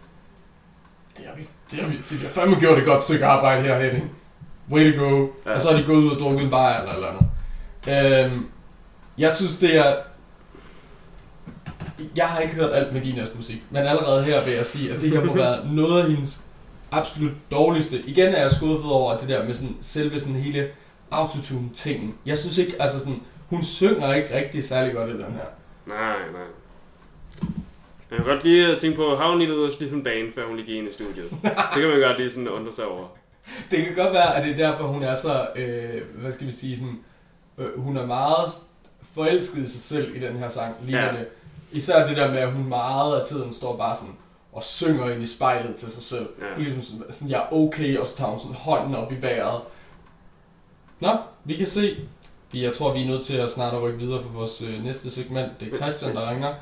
Speaker 1: Det har fandme gjort et godt stykke arbejde her, Henning. Way to go. Ja. Og så har de gået ud og drukket en bajer eller andet. Jeg synes, det er... Jeg har ikke hørt alt Medinas musik, men allerede her vil jeg sige, at det her må være noget af hendes absolut dårligste. Igen er jeg skuffet over det der med sådan, selve sådan hele autotune-tingen. Jeg synes ikke, altså sådan... Hun synger ikke rigtig særlig godt i den her.
Speaker 2: Nej. Jeg kan godt lige tænke på, har hun lige været ude og sniffe en bane, før hun lige gik ind i studiet? Det kan man godt lige sådan undre sig over.
Speaker 1: Det kan godt være, at det er derfor, hun er så, hvad skal vi sige, sådan, hun er meget forelsket i sig selv i den her sang, ligner det. Især det der med, at hun meget af tiden står bare sådan og synger ind i spejlet til sig selv. Ja. For ligesom sådan, jeg er okay, og så tager hun sådan hånden op i vejret. Nå, vi kan se. Jeg tror, vi er nødt til at snart rykke videre for vores næste segment. Det er Christian, der ringer.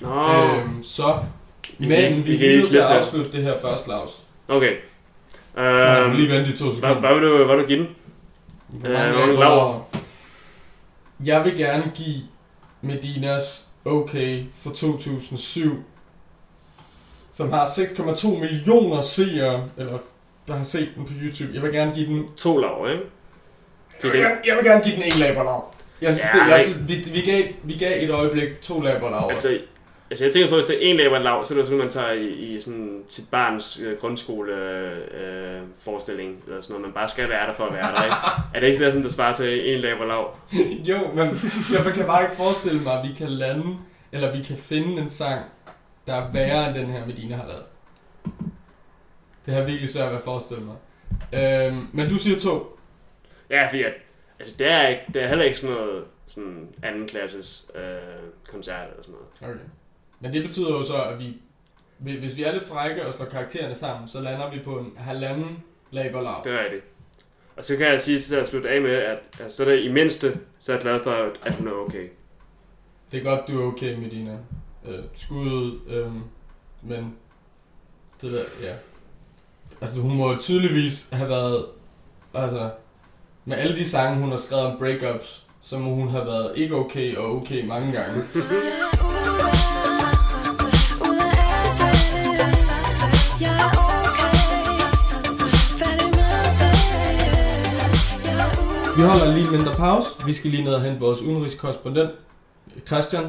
Speaker 1: Men vi er nødt til at afslutte det her først, Lars.
Speaker 2: Okay.
Speaker 1: Jeg må lige vente i 2 sekunder.
Speaker 2: Hvad vil du give den?
Speaker 1: Jeg vil gerne give Medinas Okay for 2007, som har 6,2 millioner seere, eller der har set den på YouTube. Jeg vil gerne give den
Speaker 2: 2 lav, ikke?
Speaker 1: Jeg vil gerne give den 1 laberlav. Jeg synes, vi gav et øjeblik 2 laberlav.
Speaker 2: Altså, jeg tænker på, hvis det er 1 laberlav, så er det sådan, man tager i sådan sit barns grundskole forestilling, eller sådan noget. Man bare skal være der for at være der, ikke? Er det ikke sådan, der sparer til 1 laberlav?
Speaker 1: Jo, men jeg kan bare ikke forestille mig, at vi kan lande, eller vi kan finde en sang, der er værre end den her, Medina har lavet. Det har virkelig svært ved at forestille mig. Men du siger 2.
Speaker 2: Ja, fordi altså, det er heller ikke sådan noget sådan anden klasses koncert eller sådan noget. Okay.
Speaker 1: Men det betyder jo så, at hvis vi er lidt frække og slår karaktererne sammen, så lander vi på en 1,5 laberlav.
Speaker 2: Det er rigtigt. Og så kan jeg sige til at slutte af med, at så er det i mindste, så er jeg glad for, at hun er okay.
Speaker 1: Det er godt, du er okay med dine skud, men det der, ja. Altså hun må tydeligvis have været, altså, Med alle de sange, hun har skrevet om breakups, så må hun have været ikke okay og okay mange gange. Vi holder lige en mindre pause. Vi skal lige ned og hente vores udenrigskorrespondent, Christian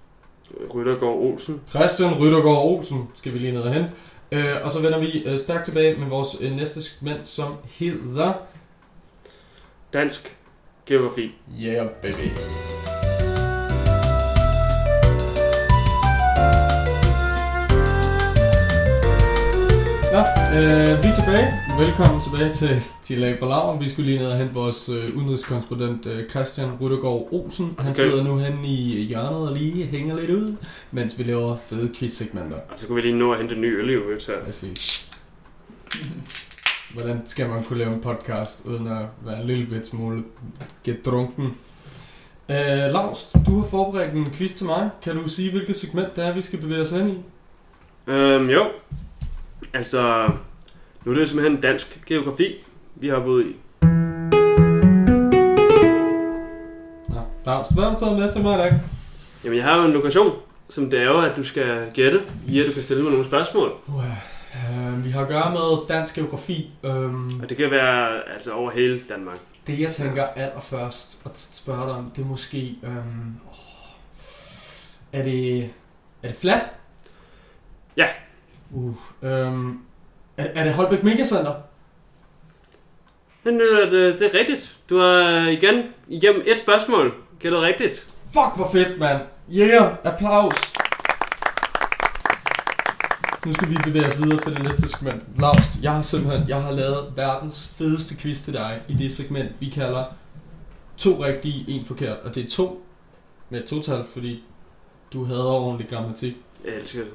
Speaker 1: Ryttergaard Olsen skal vi lige ned og hente. Og så vender vi stærkt tilbage med vores næste segment, som hedder
Speaker 2: Dansk geografi.
Speaker 1: Yeah, baby. Vi er tilbage. Velkommen tilbage til Tilag på Laver. Vi skulle lige ned og hente vores udenrigskorrespondent Christian Ryttergaard Olsen. Han sidder nu henne i hjørnet og lige hænger lidt ud, mens vi laver fede quiz-segmenter.
Speaker 2: Og så kunne vi lige nå at hente en ny øl i øvrigt her.
Speaker 1: Præcis. Hvordan skal man kunne lave en podcast uden at være en lille bit smule gedrunken? Laust, du har forberedt en quiz til mig. Kan du sige, hvilket segment det er, vi skal bevæge os hen i?
Speaker 2: Jo. Altså, nu er det simpelthen dansk geografi, vi har boet i.
Speaker 1: Laust, hvad har du taget med til mig i dag?
Speaker 2: Jamen, jeg har jo en lokation, som det er jo, at du skal gætte, via at du kan stille mig nogle spørgsmål.
Speaker 1: Vi har at gøre med dansk geografi.
Speaker 2: Og det kan være altså over hele Danmark.
Speaker 1: Det jeg tænker allerførst at spørge dig om, det er måske... Er det flat?
Speaker 2: Ja.
Speaker 1: Er det Holbæk Megacenter?
Speaker 2: Men det er rigtigt. Du har igen igennem et spørgsmål gættet rigtigt.
Speaker 1: Fuck, hvor fedt, mand. Yeah, applaus. Nu skal vi bevæge os videre til det næste segment. Laust, jeg har lavet verdens fedeste quiz til dig i det segment, vi kalder 2 rigtige, 1 forkert. Og det er 2 med et total, fordi du havde ordentlig grammatik.
Speaker 2: Jeg elsker det.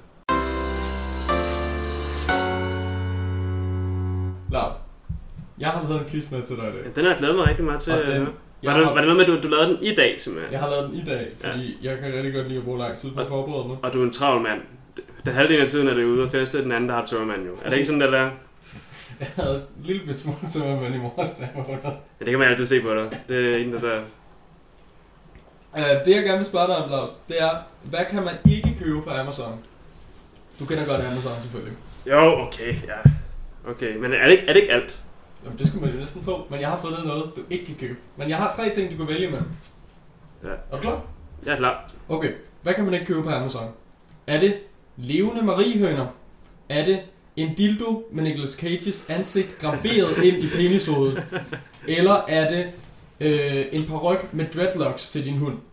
Speaker 1: Laust, jeg har lavet en quiz med til dig i dag.
Speaker 2: Ja, den har jeg glædet mig rigtig meget til.
Speaker 1: Var
Speaker 2: det noget med, at du lavede den i dag, simpelthen?
Speaker 1: Jeg har lavet den i dag, fordi jeg kan rigtig godt lide at bruge lang tid på at forberede mig.
Speaker 2: Og du er en travl mand. Den halvdelen af tiden er det ude og feste, den anden der har tørmand jo. Er det ikke sådan, der er?
Speaker 1: Jeg havde også en lille bit smule tørmand i morges, da jeg var under.
Speaker 2: Ja, det kan man altid se på dig. Det er en der.
Speaker 1: Det jeg gerne vil spørge dig om, Lars, det er, hvad kan man ikke købe på Amazon? Du kender godt Amazon selvfølgelig.
Speaker 2: Jo, okay, ja. Okay, men er det ikke alt?
Speaker 1: Jamen, det skulle man jo næsten tro, men jeg har fundet noget, du ikke kan købe. Men jeg har 3 ting, du kan vælge med.
Speaker 2: Ja.
Speaker 1: Er du klar?
Speaker 2: Jeg er klar.
Speaker 1: Okay, hvad kan man ikke købe på Amazon? Er det levende mariehøner? Er det en dildo med Nicolas Cages ansigt graveret ind i penishovedet? Eller er det en paryk med dreadlocks til din hund?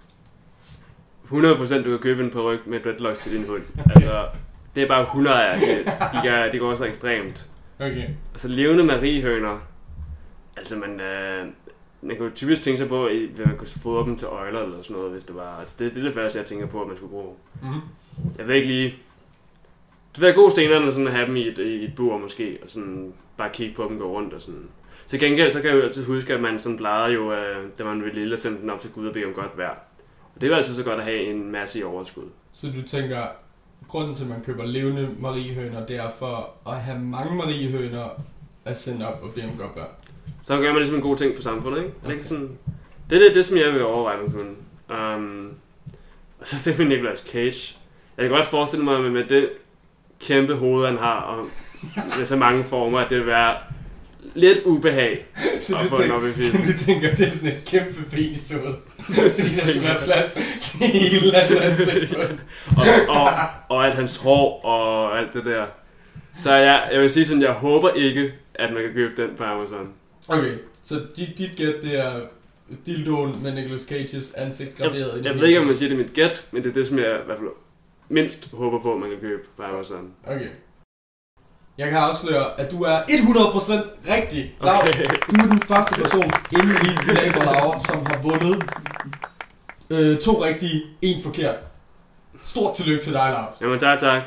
Speaker 2: 100% du kan købe en paryk med dreadlocks til din hund. Altså, det er bare 100 af det går så ekstremt.
Speaker 1: Okay.
Speaker 2: Altså levende mariehøner. Altså man kan jo typisk tænke sig på, at man kunne fodre dem til øjler eller sådan noget, hvis det var. Altså, det er det første, jeg tænker på, at man skulle bruge.
Speaker 1: Mm-hmm.
Speaker 2: Jeg ved ikke lige. Det vil være god stenerne sådan at have dem i et bur måske, og sådan bare kigge på dem gå rundt og sådan. Til gengæld så kan jeg jo altid huske, at man sådan plejede jo, da man ville lille, sende den op til Gud og bede om godt vejr. Og det er jo altid så godt at have en masse i overskud.
Speaker 1: Så du tænker, grunden til at man køber levende mariehøner, det er for at have mange mariehøner at sende op og bede om godt vejr? Så
Speaker 2: gør man ligesom en god ting for samfundet, ikke? Okay. Ikke sådan, det er det, som jeg vil overveje med kunden. Og så det med Nicolas Cage. Jeg kan godt forestille mig med det kæmpe hoved, han har, og med så mange former, at det vil være lidt ubehag
Speaker 1: så at få den op i filmen. Så du tænker, det er sådan et kæmpe penishoved, fordi der skal være plads til hele hans ansigt.
Speaker 2: og alt hans hår og alt det der. Så jeg vil sige sådan, jeg håber ikke, at man kan købe den på Amazon.
Speaker 1: Okay, så dit gæt, det er dildoen med Nicolas Cages ansigt graveret i.
Speaker 2: Jeg ved ikke, om man siger det er mit gæt, men det er det, som jeg i hvert fald mindst håber på, at man kan købe på Amazon.
Speaker 1: Okay. Jeg kan afsløre, at du er 100% rigtig, Laura. Okay. Du er den første person inden i Tilag på Laver, som har vundet 2 rigtige, 1 forkert. Stort tillykke til dig, Laura.
Speaker 2: Jamen tak.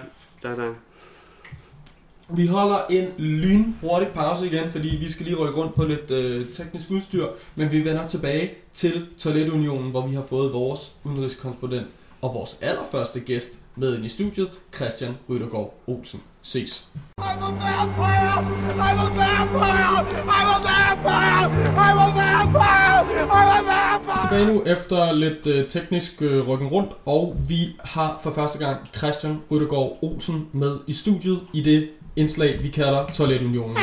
Speaker 1: Vi holder en lynhurtig pause igen, fordi vi skal lige rykke rundt på lidt teknisk udstyr, men vi vender tilbage til Toiletunionen, hvor vi har fået vores udenrigskorrespondent og vores allerførste gæst med ind i studiet, Christian Ryttergaard Olsen. Ses.
Speaker 4: I'm a vampire! I'm a vampire! I'm a vampire!
Speaker 1: Tilbage nu efter lidt teknisk rykken rundt, og vi har for første gang Christian Ryttergaard Olsen med i studiet i det indslag, vi kalder Toiletunionen.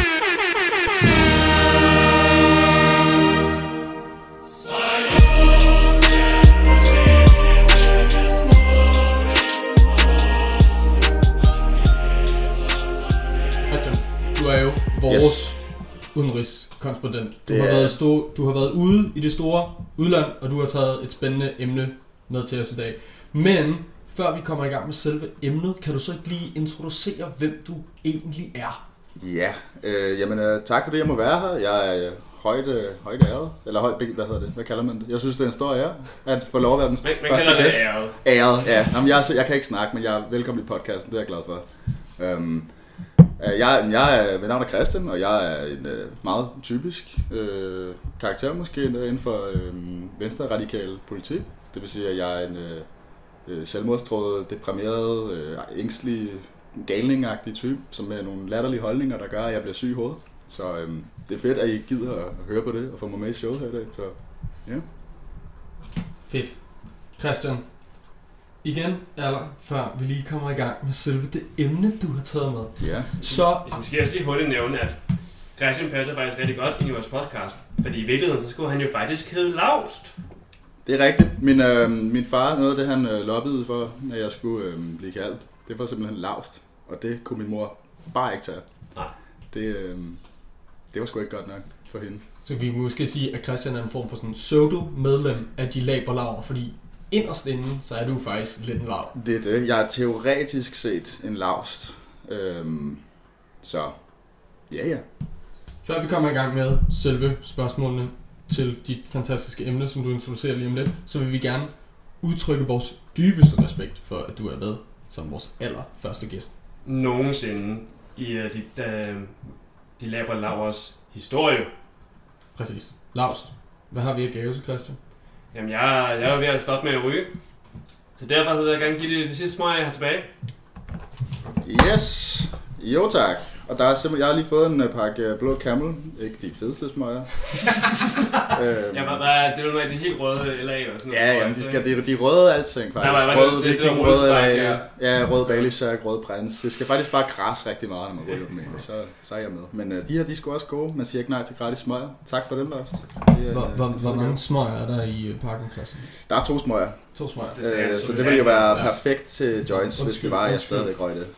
Speaker 1: Christian, du er jo vores udenrigskorrespondent. Du har været ude i det store udland, og du har taget et spændende emne med til os i dag. Men før vi kommer i gang med selve emnet, kan du så ikke lige introducere, hvem du egentlig er?
Speaker 4: Ja, tak for det, jeg må være her. Jeg er højt æret, eller hvad hedder det? Hvad kalder man det? Jeg synes, det er en stor ære at få lov at være den første gæst. Man kalder det æret. Æret, ja. Jamen, jeg kan ikke snakke, men jeg er velkommen i podcasten, det er jeg glad for. Mit navn er Christian, og jeg er en meget typisk karakter måske inden for venstre-radikal politik. Det vil sige, at jeg er en selvmordstrådet, deprimeret, ængstelig, galningagtig type, som med nogle latterlige holdninger, der gør, at jeg bliver syg i hovedet. Så det er fedt, at I gider at høre på det og få mig med i showet her i dag. Så, ja.
Speaker 1: Fedt. Christian, igen, før vi lige kommer i gang med selve det emne, du har taget med.
Speaker 4: Ja.
Speaker 2: Så jeg skal også lige hurtigt nævne, at Christian passer faktisk rigtig godt ind i vores podcast. Fordi i virkeligheden, så skulle han jo faktisk hedde Laust.
Speaker 4: Det er rigtigt. Min far, noget af det han lobbyede for, at jeg skulle blive kaldt, det var simpelthen Laust. Og det kunne min mor bare ikke tage.
Speaker 2: Nej.
Speaker 4: Det var sgu ikke godt nok for hende.
Speaker 1: Så vi måske sige, at Christian er en form for sådan pseudo-medlem af de laberlaver, fordi inderst inden, så er du faktisk lidt en lav.
Speaker 4: Det er det. Jeg er teoretisk set en Laust. Så, ja.
Speaker 1: Før vi kommer i gang med selve spørgsmålene til dit fantastiske emne, som du introducerer lige om lidt, så vil vi gerne udtrykke vores dybeste respekt for, at du er med som vores allerførste gæst.
Speaker 2: Nogensinde i de laberlavers historie.
Speaker 1: Præcis. Laust, hvad har vi at gave til Christian?
Speaker 2: Jamen, jeg er jo ved at stoppe med at ryge. Så derfor vil jeg gerne give det sidste smøg, jeg har tilbage.
Speaker 4: Yes. Jo tak. Og der er simpelthen, jeg har lige fået en pakke blå Camel. Ikke de fedeste smøger.
Speaker 2: Det er jo noget af de helt røde eller eller sådan noget.
Speaker 4: Ja, jamen, de røde alting faktisk. Røde viking, røde LA, ja, røde Baileyshack, røde Prins. Det skal faktisk bare krasse rigtig meget, når man ryger dem egentlig. Så er jeg med. Men de her, de er sgu også gode. Man siger ikke nej til gratis smøger. Tak for det, Lars.
Speaker 1: Hvor mange smøger er der i pakken, Christian?
Speaker 4: Der er 2 smøger.
Speaker 1: 2 smøger.
Speaker 4: Så det ville jo være perfekt til joints, hvis det var, jeg stadigvæk røg det.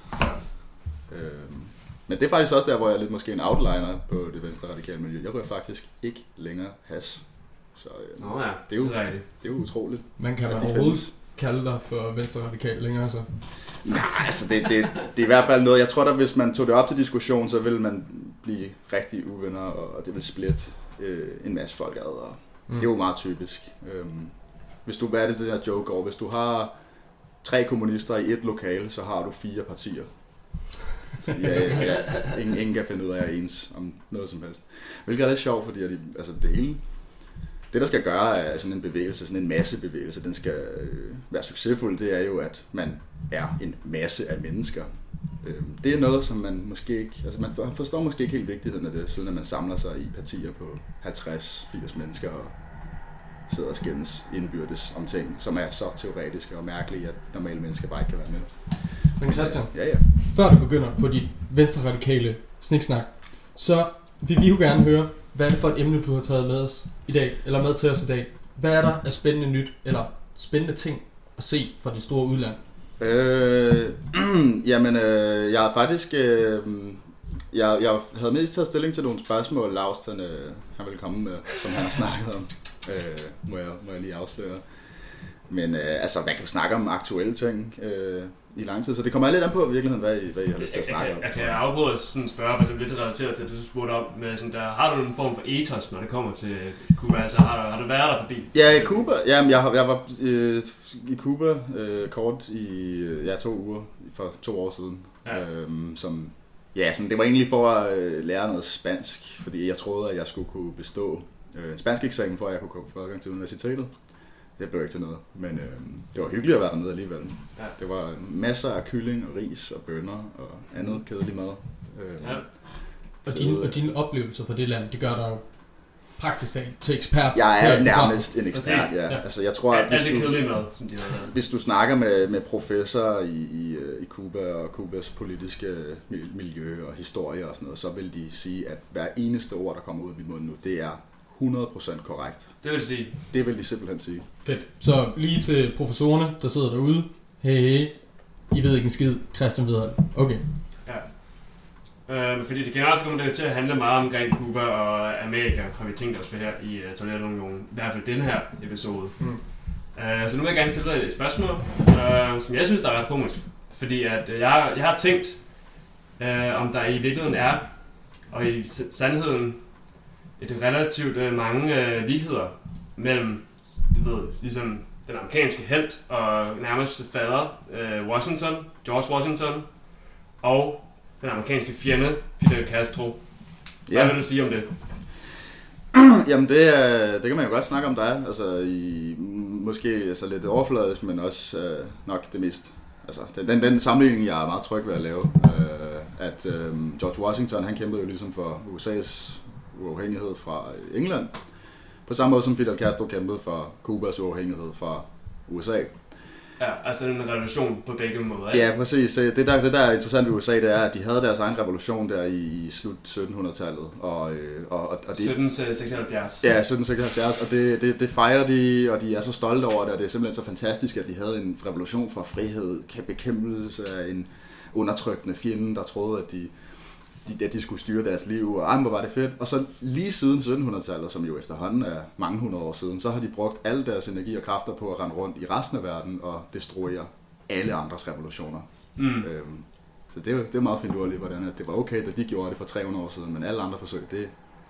Speaker 4: Men det er faktisk også der, hvor jeg er lidt måske en outliner på det venstre radikale miljø. Jeg rører faktisk ikke længere hash. Så det er jo utroligt.
Speaker 1: Man kan overhovedet kalde dig for venstre radikal længere så?
Speaker 4: Nej, altså det er i hvert fald noget. Jeg tror, at hvis man tog det op til diskussion, så ville man blive rigtig uvenner, og det vil splitte en masse folk ad. Og det er jo meget typisk. Hvis du, hvad er det der joke over? Hvis du har 3 kommunister i et lokale, så har du 4 partier. Ja, ingen kan finde ud af at ens om noget som helst. Hvilket er lidt sjovt, fordi det der skal gøre er sådan en bevægelse, sådan en massebevægelse, den skal være succesfuld, det er jo, at man er en masse af mennesker. Det er noget, som man måske ikke, altså man forstår måske ikke helt vigtigheden af det, siden at man samler sig i partier på 50-80 mennesker og sidder og skændes indbyrdes om ting, som er så teoretiske og mærkelige, at normale mennesker bare ikke kan være med.
Speaker 1: Men Christian,
Speaker 4: ja.
Speaker 1: Før du begynder på dit venstre radikale sniksnak, så vil vi jo gerne høre, hvad er det for et emne, du har taget med os i dag, eller med til os i dag? Hvad er der af spændende nyt, eller spændende ting at se fra det store udland?
Speaker 4: Jeg har faktisk... Jeg havde mest taget stilling til nogle spørgsmål, Laust han ville komme med, som han har snakket om. Må jeg lige afsløre. Men man kan jo snakke om aktuelle ting i lang tid, så det kommer lidt an på i virkeligheden, hvad I har lyst til at snakke om.
Speaker 2: Jeg kan afbryde sådan spørge, for eksempel lidt relateret til det, du spurgte om, med sådan der, har du en form for ethos, når det kommer til Cuba? Altså har du været der forbi?
Speaker 4: Ja, i Cuba. Jamen, jeg var i Cuba kort i 2 uger for 2 år siden. Ja. Sådan, det var egentlig for at lære noget spansk, fordi jeg troede, at jeg skulle kunne bestå en spansk eksamen, for at jeg kunne få adgang til universitetet. Det blev ikke til noget, men det var hyggeligt at være dernede alligevel. Ja. Det var masser af kylling og ris og bønner og andet kedelig mad.
Speaker 1: Og dine oplevelser fra det land, det gør dig jo praktisk talt til ekspert.
Speaker 4: Jeg er
Speaker 1: her i
Speaker 4: nærmest en ekspert,
Speaker 2: Præcis.
Speaker 4: ja.
Speaker 1: Ja.
Speaker 4: Altså, jeg tror, at
Speaker 2: Alt det kedelige med, som de har.
Speaker 4: hvis du snakker med professorer i Cuba og Cubas politiske miljø og historie og sådan noget, så vil de sige, at hver eneste ord, der kommer ud af min mund nu, det er 100% korrekt.
Speaker 2: Det vil sige.
Speaker 4: Det vil de simpelthen sige.
Speaker 1: Fedt. Så lige til professorerne, der sidder derude. Hey, I ved ikke en skid. Christian ved alt. Okay.
Speaker 2: Ja. Fordi det generelt kommer det til at handle meget omkring Cuba og Amerika, har vi tænkt os for her i Toiletunionen. I hvert fald den her episode. Så nu vil jeg gerne stille dig et spørgsmål, som jeg synes, der er ret komisk. Fordi at jeg har tænkt, om der i virkeligheden er, og i sandheden, et relativt mange ligheder mellem, du ved, ligesom den amerikanske helt og nærmest fader George Washington, og den amerikanske fjende, Fidel Castro. Hvad vil du sige om det?
Speaker 4: Jamen det kan man jo godt snakke om, der er. Altså måske altså lidt overfladisk, men også nok det mest. Altså den sammenligning, jeg er meget tryg ved at lave, at George Washington, han kæmpede jo ligesom for USA's uafhængighed fra England, på samme måde som Fidel Castro kæmpede for Cubas uafhængighed fra USA.
Speaker 2: Ja, altså en revolution på begge måder, ikke?
Speaker 4: Ja, præcis. Det der er interessant ved USA, det er, at de havde deres egen revolution der i slut 1700-tallet. Og det,
Speaker 2: 1776.
Speaker 4: Ja, 1776, og det fejrer de, og de er så stolte over det, og det er simpelthen så fantastisk, at de havde en revolution for frihed, bekæmpelse af en undertrykkende fjende, der troede, at de skulle styre deres liv, og hvor var det fedt. Og så lige siden 1700-tallet, som jo efterhånden er mange hundrede år siden, så har de brugt alle deres energi og kræfter på at rende rundt i resten af verden og destruere alle andres revolutioner. Så det er meget finurligt, hvordan det var okay, da de gjorde det for 300 år siden, men alle andre forsøg, det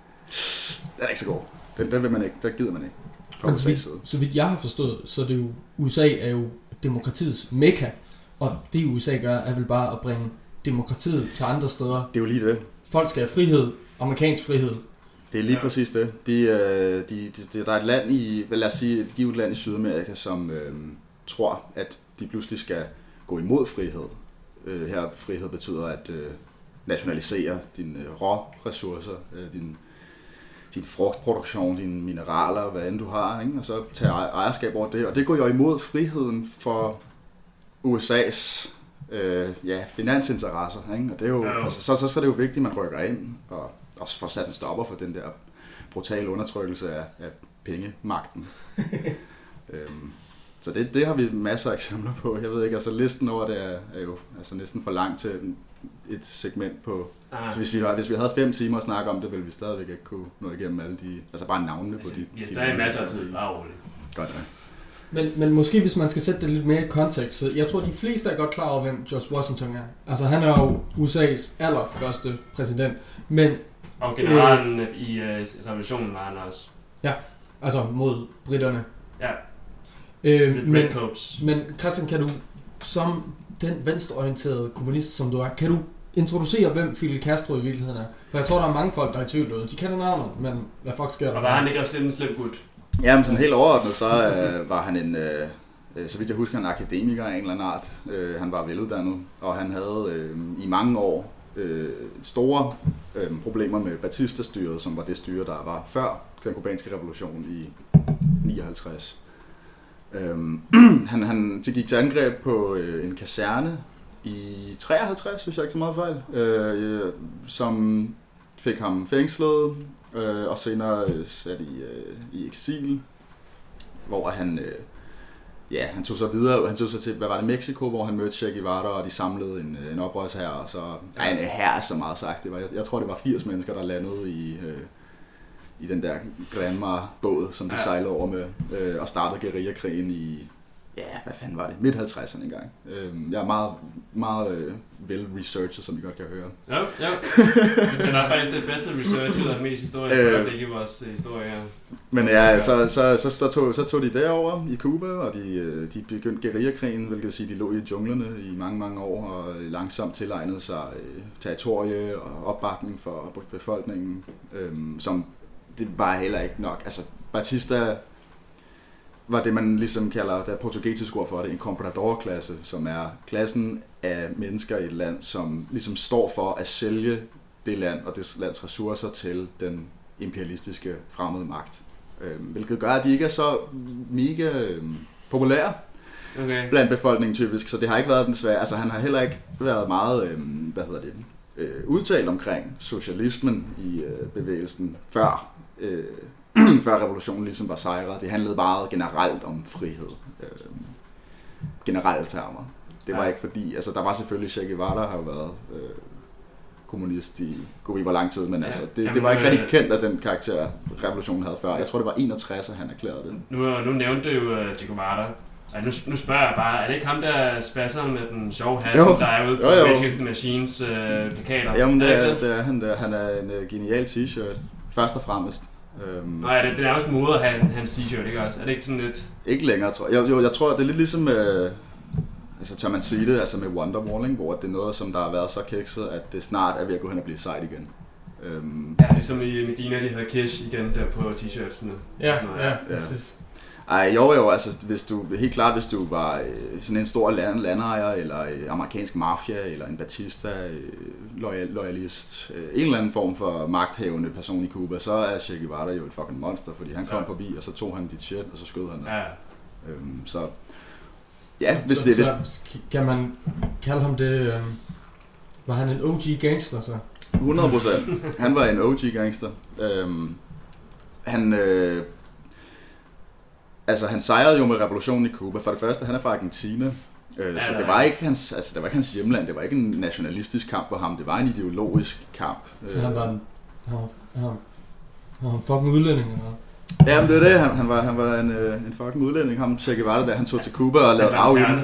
Speaker 4: er ikke så god. Den vil man ikke, der gider man ikke.
Speaker 1: Men så vidt jeg har forstået det, så er det jo, USA er jo demokratiets mekka, og det USA gør, er vel bare at bringe demokratiet til andre steder.
Speaker 4: Det er jo lige det.
Speaker 1: Folk skal have frihed, amerikansk frihed.
Speaker 4: Det er lige præcis det. Der er et land lad os sige, et givet land i Sydamerika, som tror, at de pludselig skal gå imod frihed. Her frihed betyder at nationalisere dine råressourcer, din frugtproduktion, dine mineraler, hvad end du har, ikke? Og så tage ejerskab over det. Og det går jo imod friheden for USA's finansinteresser, ikke? Og det er jo, altså, så er det jo vigtigt, at man rykker ind og også får sat en stopper for den der brutale undertrykkelse af pengemagten. Så det har vi masser af eksempler på. Jeg ved ikke, altså listen over det er jo altså næsten for langt til et segment på. Så hvis vi havde 5 timer at snakke om det, ville vi stadigvæk ikke kunne nå igennem alle de, altså bare navnene på de.
Speaker 2: Ja, der er masser af tid. Bare roligt.
Speaker 4: Godt, ja.
Speaker 1: Men måske hvis man skal sætte det lidt mere i kontekst, så jeg tror de fleste er godt klar over, hvem George Washington er. Altså han er jo USA's allerførste præsident, men...
Speaker 2: Og generalen i revolutionen var han også.
Speaker 1: Ja, altså mod britterne.
Speaker 2: Ja,
Speaker 1: men Christian, kan du som den venstreorienterede kommunist, som du er, kan du introducere, hvem Fidel Castro i virkeligheden er? For jeg tror, der er mange folk, der er i tvivl derude. De kender navnet, men hvad fuck sker der?
Speaker 2: Og var han ikke også lidt en slem gut?
Speaker 4: Ja, men sådan helt overordnet, så var han en, så vidt jeg husker, en akademiker af en eller anden art. Han var veluddannet, og han havde i mange år store problemer med Batista-styret, som var det styre, der var før den kubanske revolution i 59. Han gik til angreb på en kaserne i 53, hvis jeg ikke så meget fejl, som fik ham fængslet, og senere sat i eksil, hvor han tog sig videre. Han tog sig til, hvad var det, Mexico, hvor han mødte Che Guevara, og de samlede en oprørshær, og så en hær, så meget sagt. Jeg tror, det var 80 mennesker, der landede i den der Granma-båd, som de sejlede over med, og startede guerillakrigen i, hvad fanden var det, midt-50'erne engang. Jeg er meget, meget vel-researchet, som I godt kan høre.
Speaker 2: Ja. Den er faktisk det bedste researchet og det mest historiske øjeblik i vores historie her.
Speaker 4: Men ja, så tog de derover i Cuba, og de begyndte guerillakrigen, hvilket vil sige, de lå i junglerne i mange, mange år, og langsomt tilegnede sig territorie og opbakning for befolkningen, som det var heller ikke nok. Altså, Batista var det, man ligesom kalder, der er portugisisk ord for det, en comprador-klasse, som er klassen af mennesker i et land, som ligesom står for at sælge det land og det lands ressourcer til den imperialistiske fremmede magt. Hvilket gør, at de ikke er så mega populære blandt befolkningen typisk, så det har ikke været den svære. Altså han har heller ikke været meget, udtalt omkring socialismen i bevægelsen før revolutionen ligesom var sejret. Det handlede bare generelt om frihed. Generelle termer. Det var ikke fordi, altså der var selvfølgelig Che Guevara har jo været kommunist i gud hvor lang tid, men altså det var ikke rigtig kendt af den karakter revolutionen havde før. Jeg tror det var 61, at han erklærede det.
Speaker 2: Nu nævnte du jo Che Guevara. Nu spørger jeg bare, er det ikke ham der spasser med den sjove hat, der er ude på Rage Against the Machines plakater?
Speaker 4: Jamen det er han der. Han er en genial t-shirt, først og fremmest.
Speaker 2: Nå ja, det er nærmest mode at have hans t-shirt, ikke også? Er det ikke sådan lidt...
Speaker 4: Ikke længere, tror jeg. Jo, jeg tror, det er lidt ligesom... altså tør man sige det, altså med Wonderwall, hvor det er noget, som der har været så kikset, at det snart er ved at gå hen og blive sejt igen.
Speaker 2: Ja, ligesom i Medina, de havde cash igen der på t-shirtsene.
Speaker 1: Ja, præcis.
Speaker 4: Ej, jo, altså hvis du var sådan en stor landejer, eller amerikansk mafia, eller en Batista loyalist, en eller anden form for magthavende person i Cuba, så er Che Guevara jo et fucking monster, fordi han kom forbi, og så tog han dit shit, og så skød han dig. Så ja, hvis det er det.
Speaker 1: Kan man kalde ham det, var han en OG gangster så?
Speaker 4: 100%. Han var en OG gangster. Han sejrede jo med revolutionen i Cuba. For det første, han er fra Argentina. Så det var ikke hans hjemland. Det var ikke en nationalistisk kamp for ham. Det var en ideologisk kamp.
Speaker 1: Så han var en fucking udlænding, eller?
Speaker 4: Ja, men det er det. Han var en fucking udlænding. Ham Che Guevara, da han tog til Cuba og lavede rav i den.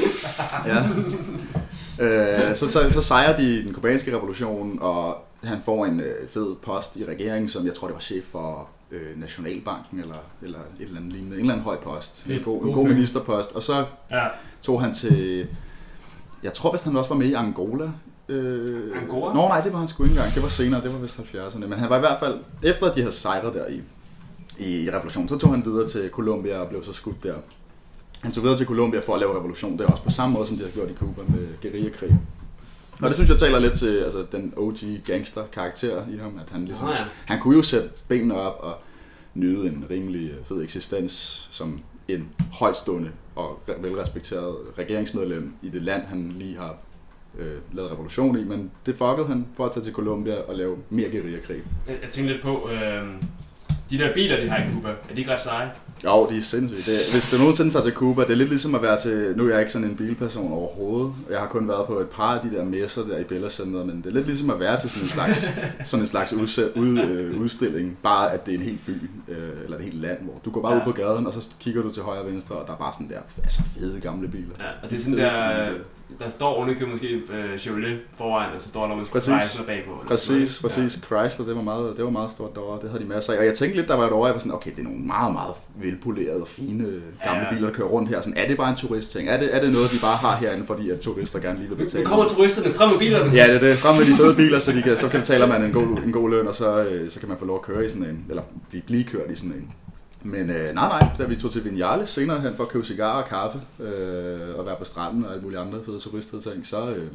Speaker 4: Ja. Så sejrer de den kubanske revolution, og han får en fed post i regeringen, som jeg tror, det var chef for Nationalbanken, eller et eller andet lignende. En eller anden høj post. En god ministerpost. Og så tog han til... Jeg tror vist, han også var med i Angola.
Speaker 2: Angola?
Speaker 4: Nå nej, det var han sgu ikke engang. Det var senere, det var vist 70'erne. Men han var i hvert fald, efter at de havde sejret der i revolutionen, så tog han videre til Colombia og blev så skudt der. Han tog videre til Colombia for at lave revolution. Det er også på samme måde, som de har gjort i Cuba med guerillakrig. Og det synes jeg taler lidt til den OG gangster karakter i ham, at han ligesom, han kunne jo sætte benene op og nyde en rimelig fed eksistens som en højtstående og velrespekteret regeringsmedlem i det land, han lige har lavet revolution i, men det fuckede han for at tage til Colombia og lave mere guerillakrig.
Speaker 2: Jeg tænkte lidt på, de der biler, de har i Cuba, er de ikke ret seje?
Speaker 4: Jo, de er sindssygt. Hvis du nogensinde tager til Cuba, det er lidt ligesom at være til... Nu er jeg ikke sådan en bilperson overhovedet. Jeg har kun været på et par af de der messer der i Bellacenteret, men det er lidt ligesom at være til sådan en slags udstilling. Bare at det er en hel by, eller et helt land, hvor du går bare ud på gaden, og så kigger du til højre og venstre, og der er bare sådan der fede gamle biler.
Speaker 2: Ja, og det er sådan der... Der står underkøbet måske Chevrolet foran, og så står der måske Chrysler bagpå.
Speaker 4: Præcis. Chrysler, det var meget stort derovre. Det havde de masser af. Og jeg tænkte lidt, der var et år, jeg var sådan, okay, det er nogle meget, meget velpolerede og fine gamle biler, der kører rundt her. Sådan, er det bare en turistting? Er det noget, de bare har herinde, fordi at turister gerne lige vil betale?
Speaker 2: Nu kommer turisterne frem med bilerne.
Speaker 4: Ja, det er det. Frem med de fede biler, så betaler man en god løn, og så kan man få lov at køre i sådan en, eller blive kørt i sådan en. Men nej, da vi tog til Vinales senere hen for at købe cigarer og kaffe, og være på stranden og alle mulige andre fede turistting,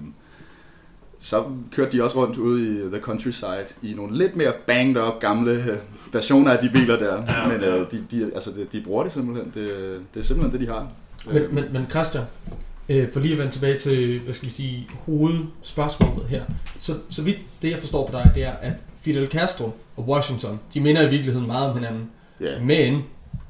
Speaker 4: så kørte de også rundt ude i the countryside i nogle lidt mere banged up gamle versioner af de biler der. Men de bruger det simpelthen. Det er simpelthen det, de har.
Speaker 1: Men Christian, for lige at vende tilbage til, hvad skal vi sige, hovedspørgsmålet her. Så vidt det, jeg forstår på dig, det er, at Fidel Castro og Washington, de minder i virkeligheden meget om hinanden. Yeah. Men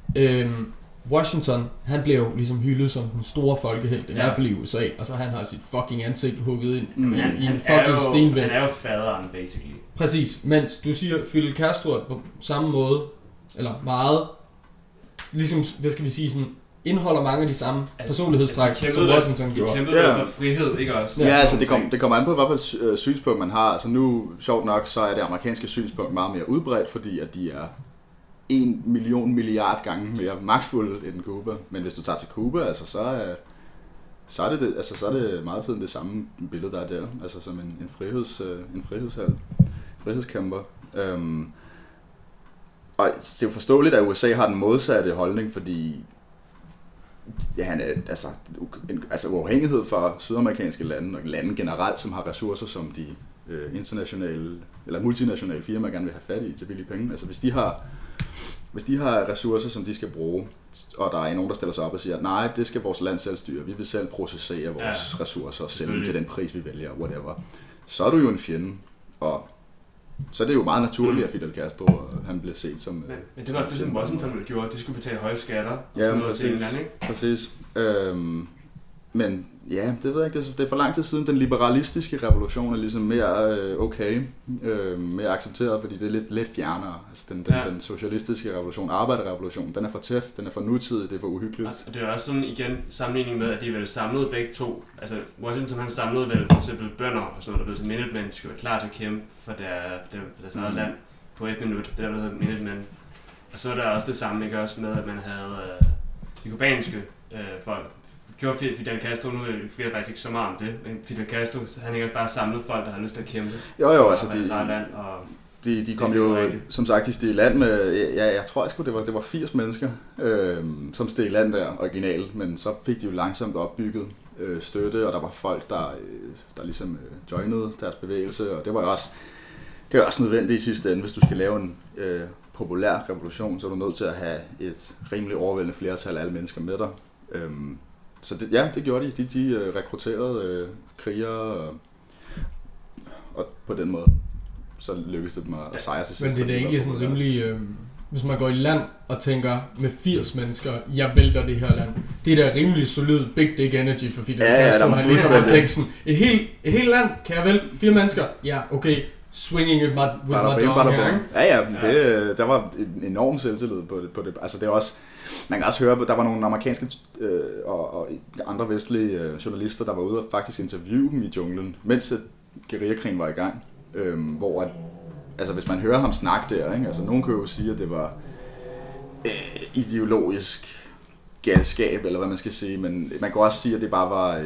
Speaker 1: Washington, han blev ligesom hyldet som den store folkehelt, i hvert fald i USA, og så han har sit fucking ansigt hugget ind i en fucking stenvæg.
Speaker 2: Han er jo faderen, basically.
Speaker 1: Præcis, mens du siger, Fidel Castro på samme måde, eller meget, ligesom, hvad skal vi sige, sådan, indeholder mange af de samme personlighedstræk, som Washington gjorde.
Speaker 2: De kæmpede for frihed, ikke også?
Speaker 4: Ja, altså det kommer an på, hvilket synspunkt man har. Altså nu, sjovt nok, så er det amerikanske synspunkt meget mere udbredt, fordi at de er 1 million milliard gange mere magtfulde end Cuba. Men hvis du tager til Cuba, altså så er det meget tiden det samme billede, der er der. Altså som en frihedskæmper. Og det er jo forståeligt, at USA har den modsatte holdning, fordi ja, han er altså uafhængighed fra sydamerikanske lande, og lande generelt, som har ressourcer, som de internationale eller multinationale firmaer gerne vil have fat i til billige penge. Altså hvis de har ressourcer, som de skal bruge, og der er nogen, der stiller sig op og siger, nej, det skal vores land selv styre, vi vil selv processere vores ressourcer og sælge til den pris, vi vælger, whatever, så er du jo en fjende, og så er det jo meget naturligt, at Fidel Castro han blev set som...
Speaker 2: Men det var også det, som Washington ville gjorde, de skulle betale høje skatter og
Speaker 4: ja,
Speaker 2: sådan noget til en anden, ikke?
Speaker 4: Præcis. Men ja, det ved jeg ikke, det er for lang tid siden, den liberalistiske revolution er ligesom mere okay, mere accepteret, fordi det er lidt fjernere. Altså den socialistiske revolution, arbejderrevolution, den er for tæt, den er for nutidig, det er for uhyggeligt.
Speaker 2: Og det er også sådan igen sammenligning med, at de vel samlede begge to. Altså Washington han samlede vel for eksempel bønder og sådan noget, der blev til Minutemen, de skulle være klar til at kæmpe for deres eget land på 1 minut, det der hedder Minutemen. Og så er der også det samme, ikke også med, at man havde de kubanske folk. Gjorde Fidel Castro, nu ved jeg faktisk ikke så meget om det, men Fidel Castro, han ikke bare samlet folk, der har lyst til at kæmpe.
Speaker 4: Jo, altså
Speaker 2: land, og
Speaker 4: de kom jo, som sagt, de steg i land med, jeg tror sgu, det var 80 mennesker, som steg i land der originalt, men så fik de jo langsomt opbygget støtte, og der var folk, der ligesom joinede deres bevægelse, og det var også nødvendigt i sidste ende, hvis du skal lave en populær revolution, så er du nødt til at have et rimelig overvældende flertal af alle mennesker med dig. Så det gjorde de. De rekrutterede krigere, og på den måde, så lykkedes det dem at sejre til sidst.
Speaker 1: Men det er da egentlig sådan rimelig... hvis man går i land og tænker, med 80 mennesker, jeg vælter det her land. Det er da rimelig solid big dick energy for Fidel Castro. Han ligesom har tænkt sådan, et helt land, kan jeg vælge 4 mennesker? Ja, okay. Swinging with my dong her, ikke?
Speaker 4: Ja, der var en enorm selvtillid på det. Altså det er også... Man kan også høre, der var nogle amerikanske og andre vestlige journalister, der var ude og faktisk interviewe dem i junglen, mens guerillakrigen var i gang. Hvor altså hvis man hører ham snakke der, ikke? Altså nogen kan jo sige, at det var ideologisk galskab, eller hvad man skal sige, men man kan også sige, at det bare var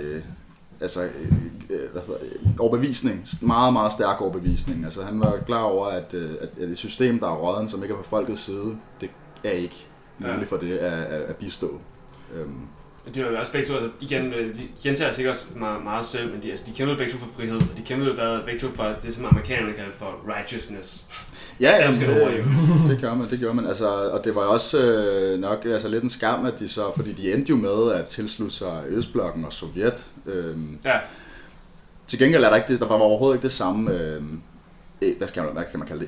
Speaker 4: overbevisning, meget, meget stærk overbevisning. Altså han var klar over, at et system, der er rådden, som ikke er på folkets side, det er ikke muligt for det at bistå.
Speaker 2: Det er jo også begge to, igen, vi gentager sikkert også meget selv, men de kæmpede begge to for frihed, og de kæmpede begge to for det, som amerikanerne kalder for righteousness.
Speaker 4: Ja, det gør man. Altså, og det var også nok lidt en skam, at de så, fordi de endte jo med at tilslutte sig Østblokken og Sovjet. Til gengæld er der ikke det, der var overhovedet ikke det samme, hvad kan man kalde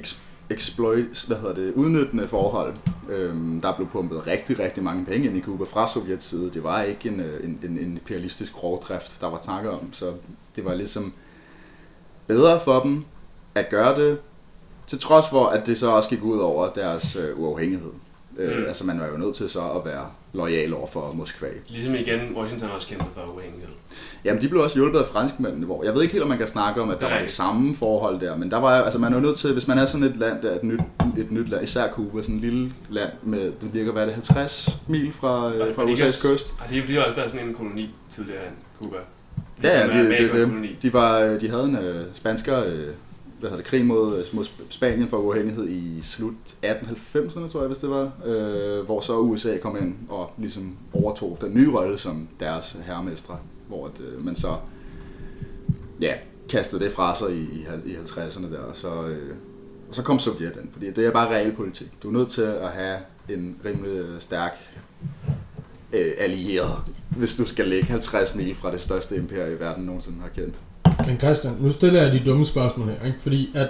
Speaker 4: det, udnyttende forhold. Der blev pumpet rigtig, rigtig mange penge ind i Cuba fra Sovjets side. Det var ikke en imperialistisk rovdrift, der var tanker om, så det var ligesom bedre for dem at gøre det, til trods for, at det så også gik ud over deres uafhængighed. Altså man var jo nødt til så at være loyal over for Moskva.
Speaker 2: Ligesom igen, Washington også kæmpede for uafhængighed.
Speaker 4: Jamen de blev også hjulpet af franskmændene, hvor jeg ved ikke helt, om man kan snakke om, at der var det samme forhold der, men der var altså man er jo nødt til, hvis man er sådan et land, der er et nyt land, især Cuba, sådan et lille land med, det ligger, hvad er det, 50 mil fra USA's kyst.
Speaker 2: Og de har også været sådan en koloni tidligere end Cuba.
Speaker 4: De havde en spansker krig mod Spanien for uafhængighed i slut 1890'erne, tror jeg, hvis det var, hvor så USA kom ind og ligesom overtog den nye rolle som deres herremestre, hvor man så kastede det fra sig i 50'erne der, og så kom Sovjet ind, fordi det er bare realpolitik. Du er nødt til at have en rimelig stærk allieret, hvis du skal ligge 50 mil fra det største imperie i verden nogensinde har kendt.
Speaker 1: Men Christian, nu stiller jeg de dumme spørgsmål her, ikke? Fordi at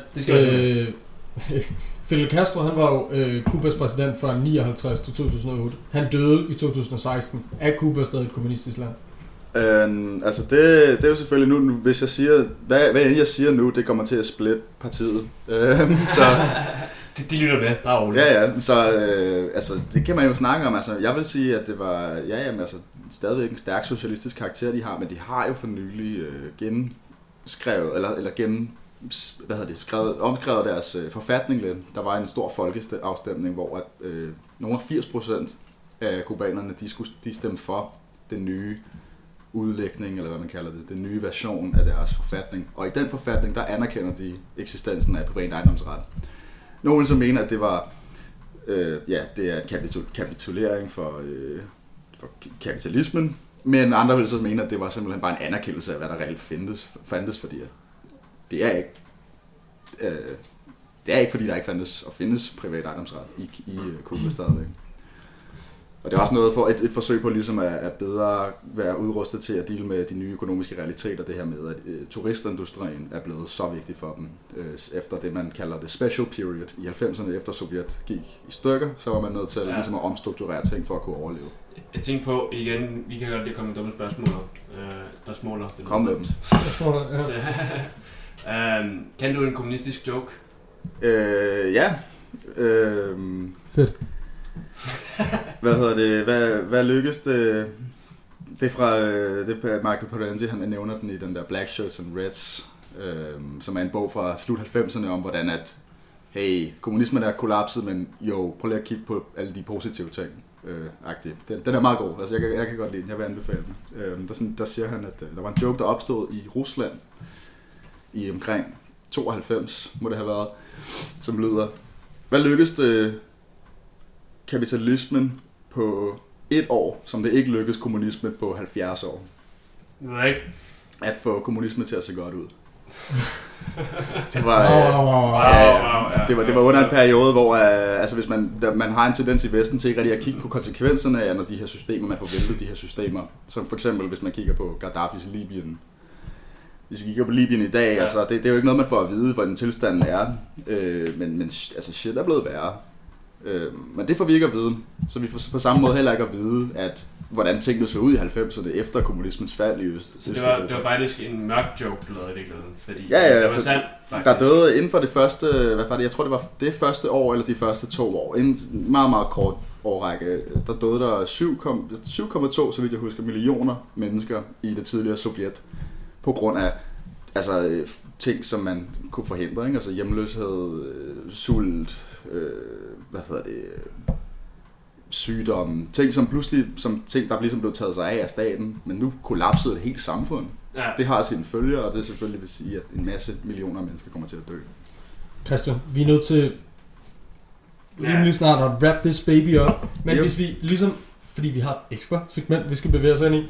Speaker 1: Fidel Castro, han var jo Cubas præsident fra 59 til 2008. Han døde i 2016. Er Cuba stadig et kommunistisk land?
Speaker 4: Altså det er jo selvfølgelig nu, hvis jeg siger, hvad jeg siger nu, det kommer til at splitte partiet. Så
Speaker 2: de lytter med, bare roligt.
Speaker 4: Ja, så altså det kan man jo snakke om. Altså jeg vil sige, at det var altså stadigvæk en stærk socialistisk karakter de har, men de har jo for nylig genskrevet eller omskrevet deres forfatning lidt. Der var en stor folkeafstemning, hvor at nogle 80% af kubanerne de stemte for den nye udlægning, eller hvad man kalder det, den nye version af deres forfatning. Og i den forfatning, der anerkender de eksistensen af privat ejendomsret. Nogle som mener, at det var det er en kapitulering for kapitalismen, men andre vil så mene, at det var simpelthen bare en anerkendelse af, hvad der reelt fandtes, fordi det er ikke... Det er ikke, fordi der ikke findes privat ejendomsret i Cuba stadigvæk. Og det er også noget for et forsøg på ligesom at bedre være udrustet til at deale med de nye økonomiske realiteter, det her med, at turistindustrien er blevet så vigtig for dem. Efter det, man kalder det special period i 90'erne, efter Sovjet gik i stykker, så var man nødt til ligesom at omstrukturere ting for at kunne overleve.
Speaker 2: Jeg tænker på, igen, vi kan godt lige komme med dumme spørgsmål.
Speaker 4: Kom med dem.
Speaker 2: Kan du en kommunistisk joke?
Speaker 4: Ja.
Speaker 1: Fedt.
Speaker 4: Hvad hedder det? Hvad lykkedes det? Det er fra Michael Parenti, han nævner den i den der Black Shirts and Reds, som er en bog fra slut 90'erne om, hvordan at, hey, kommunismen er kollapset, men jo, prøv lige at kigge på alle de positive ting. Den er meget god, altså jeg kan godt lide den, jeg vil anbefale den. Der siger han, at der var en joke, der opstod i Rusland i omkring 92, må det have været, som lyder, hvad lykkedes det kapitalismen på 1 år, som det ikke lykkedes kommunisme på 70 år?
Speaker 2: Nej.
Speaker 4: At få kommunisme til at se godt ud. Det var, det var under en periode, hvor altså hvis man har en tendens i Vesten til ikke rigtig at kigge på konsekvenserne af, når de her systemer, man får væltet de her systemer. Som for eksempel, hvis man kigger på Gaddafis Libyen. Hvis vi kigger på Libyen i dag, altså det er jo ikke noget, man får at vide, hvordan tilstanden er. Men altså shit er blevet værre. Men det får vi ikke at vide. Så vi får på samme måde heller ikke at vide, at hvordan tingene så ud i 90'erne efter kommunismens fald i Øst.
Speaker 2: Så det var faktisk en mørk joke, du lavede i virkeligheden, fordi
Speaker 4: det
Speaker 2: var sandt. Faktisk.
Speaker 4: Der døde inden for det første, jeg tror det var det første år eller de første 2 år, inden en meget, meget kort årrække, der døde der 7,2, så vidt jeg husker, millioner mennesker i det tidligere Sovjet, på grund af altså ting, som man kunne forhindre, ikke? Altså hjemløshed, sult, sygdomme, ting som pludselig, ting der ligesom blev taget sig af staten, men nu kollapsede et helt samfund. Ja. Det har sine følger, og det selvfølgelig vil sige, at en masse millioner af mennesker kommer til at dø.
Speaker 1: Christian, vi er nødt til rimelig snart at wrap this baby up, men hvis vi ligesom, fordi vi har et ekstra segment, vi skal bevæge os ind i,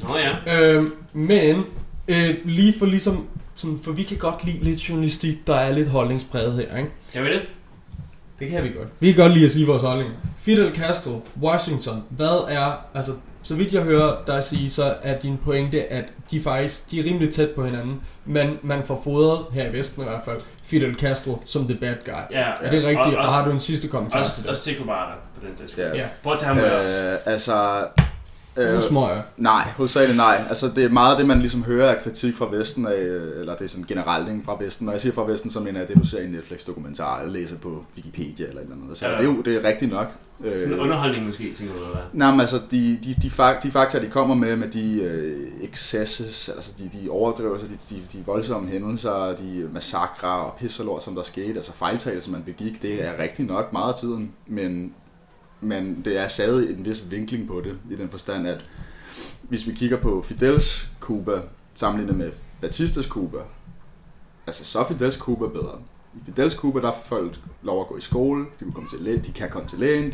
Speaker 1: men lige for ligesom, sådan, for vi kan godt lide lidt journalistik, der er lidt holdningspræget her, ikke?
Speaker 2: Kan vi det?
Speaker 1: Det kan vi godt. Vi kan godt lide at sige vores holdninger. Fidel Castro, Washington, hvad er, altså, så vidt jeg hører dig sige, så er din pointe, at de er rimelig tæt på hinanden, men man får fodret, her i Vesten i hvert fald, Fidel Castro som the bad guy. Ja, er det rigtigt? Og har du en sidste kommentar til det?
Speaker 2: Også Che Guevara, på den sags skyld.
Speaker 4: Ja.
Speaker 2: Prøv at tage ham med os.
Speaker 4: Altså...
Speaker 1: Nej,
Speaker 4: hovedsageligt nej. Altså det er meget det, man ligesom hører af kritik fra Vesten, eller det er sådan generelt fra Vesten. Når jeg siger fra Vesten, så mener jeg det, du ser i en Netflix-dokumentar, eller læser på Wikipedia eller noget. Så det er rigtigt nok.
Speaker 2: Sådan en underholdning måske, tænker du, hvad?
Speaker 4: Nej, men altså de fakta, de kommer med de excesses, altså de overdrivelser, de voldsomme hændelser, de massakrer og pisserlort, som der skete, altså fejltagelser, man begik, det er rigtigt nok meget af tiden, men det er stadig en vis vinkling på det, i den forstand, at hvis vi kigger på Fidels Cuba sammenlignet med Batistas Cuba, altså så er Fidels Cuba bedre. I Fidels Cuba, der får folk lov at gå i skole, de kan komme til lægen,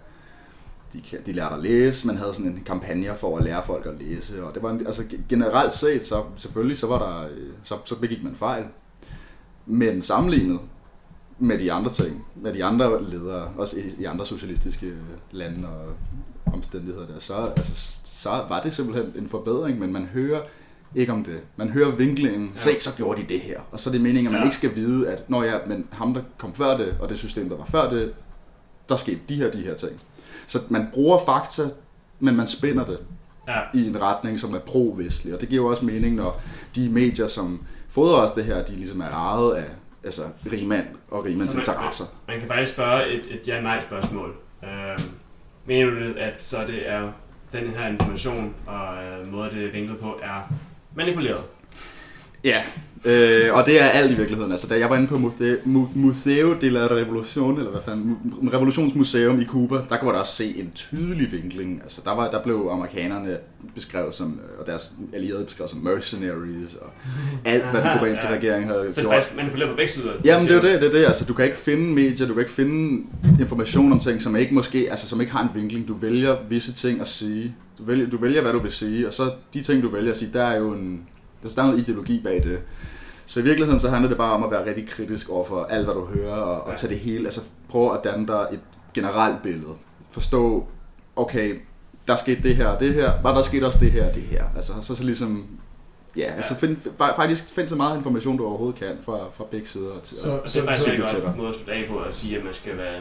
Speaker 4: de lærte at læse, man havde sådan en kampagne for at lære folk at læse, og det var altså generelt set, så selvfølgelig så var der, så begik man fejl, men sammenlignet med de andre ting, med de andre ledere, også i andre socialistiske lande og omstændigheder der, så var det simpelthen en forbedring, men man hører ikke om det. Man hører vinklingen, så gjorde de det her, og så er det meningen, at man ikke skal vide, at men ham der kom før det, og det system der var før det, der skete de her ting. Så man bruger fakta, men man spinder det i en retning, som er pro-vestlig, og det giver jo også mening, når de medier, som fodrer os det her, de ligesom er ejet af altså rigmand og rigmands interesser.
Speaker 2: Man kan faktisk spørge et ja-nej-spørgsmål. Mener du, at så det er den her information og måde, det er vinklet på, er manipuleret?
Speaker 4: Ja, og det er alt i virkeligheden. Altså, da jeg var inde på Museo de la Revolución, eller hvad fanden, Revolutionsmuseum i Cuba, der kunne man også se en tydelig vinkling. Altså, der blev amerikanerne beskrevet som, og deres allierede beskrevet som mercenaries, og alt, hvad den kubanske regering havde gjort.
Speaker 2: Så det er faktisk manipuleret på begge sider?
Speaker 4: Jamen, det er det. Altså, du kan ikke finde medier, du kan ikke finde information om ting, som ikke som ikke har en vinkling. Du vælger visse ting at sige. Du vælger, hvad du vil sige, og så de ting, du vælger at sige, der er jo der er noget ideologi bag det. Så i virkeligheden så handler det bare om at være rigtig kritisk over for alt, hvad du hører, og tage det hele, altså prøve at danne dig et generelt billede. Forstå, okay, der skete det her og det her, og der skete også det her og det her. Altså så ligesom, altså find så meget information, du overhovedet kan fra begge sider.
Speaker 2: Så det er faktisk en godt måde at slutte af på at sige, at man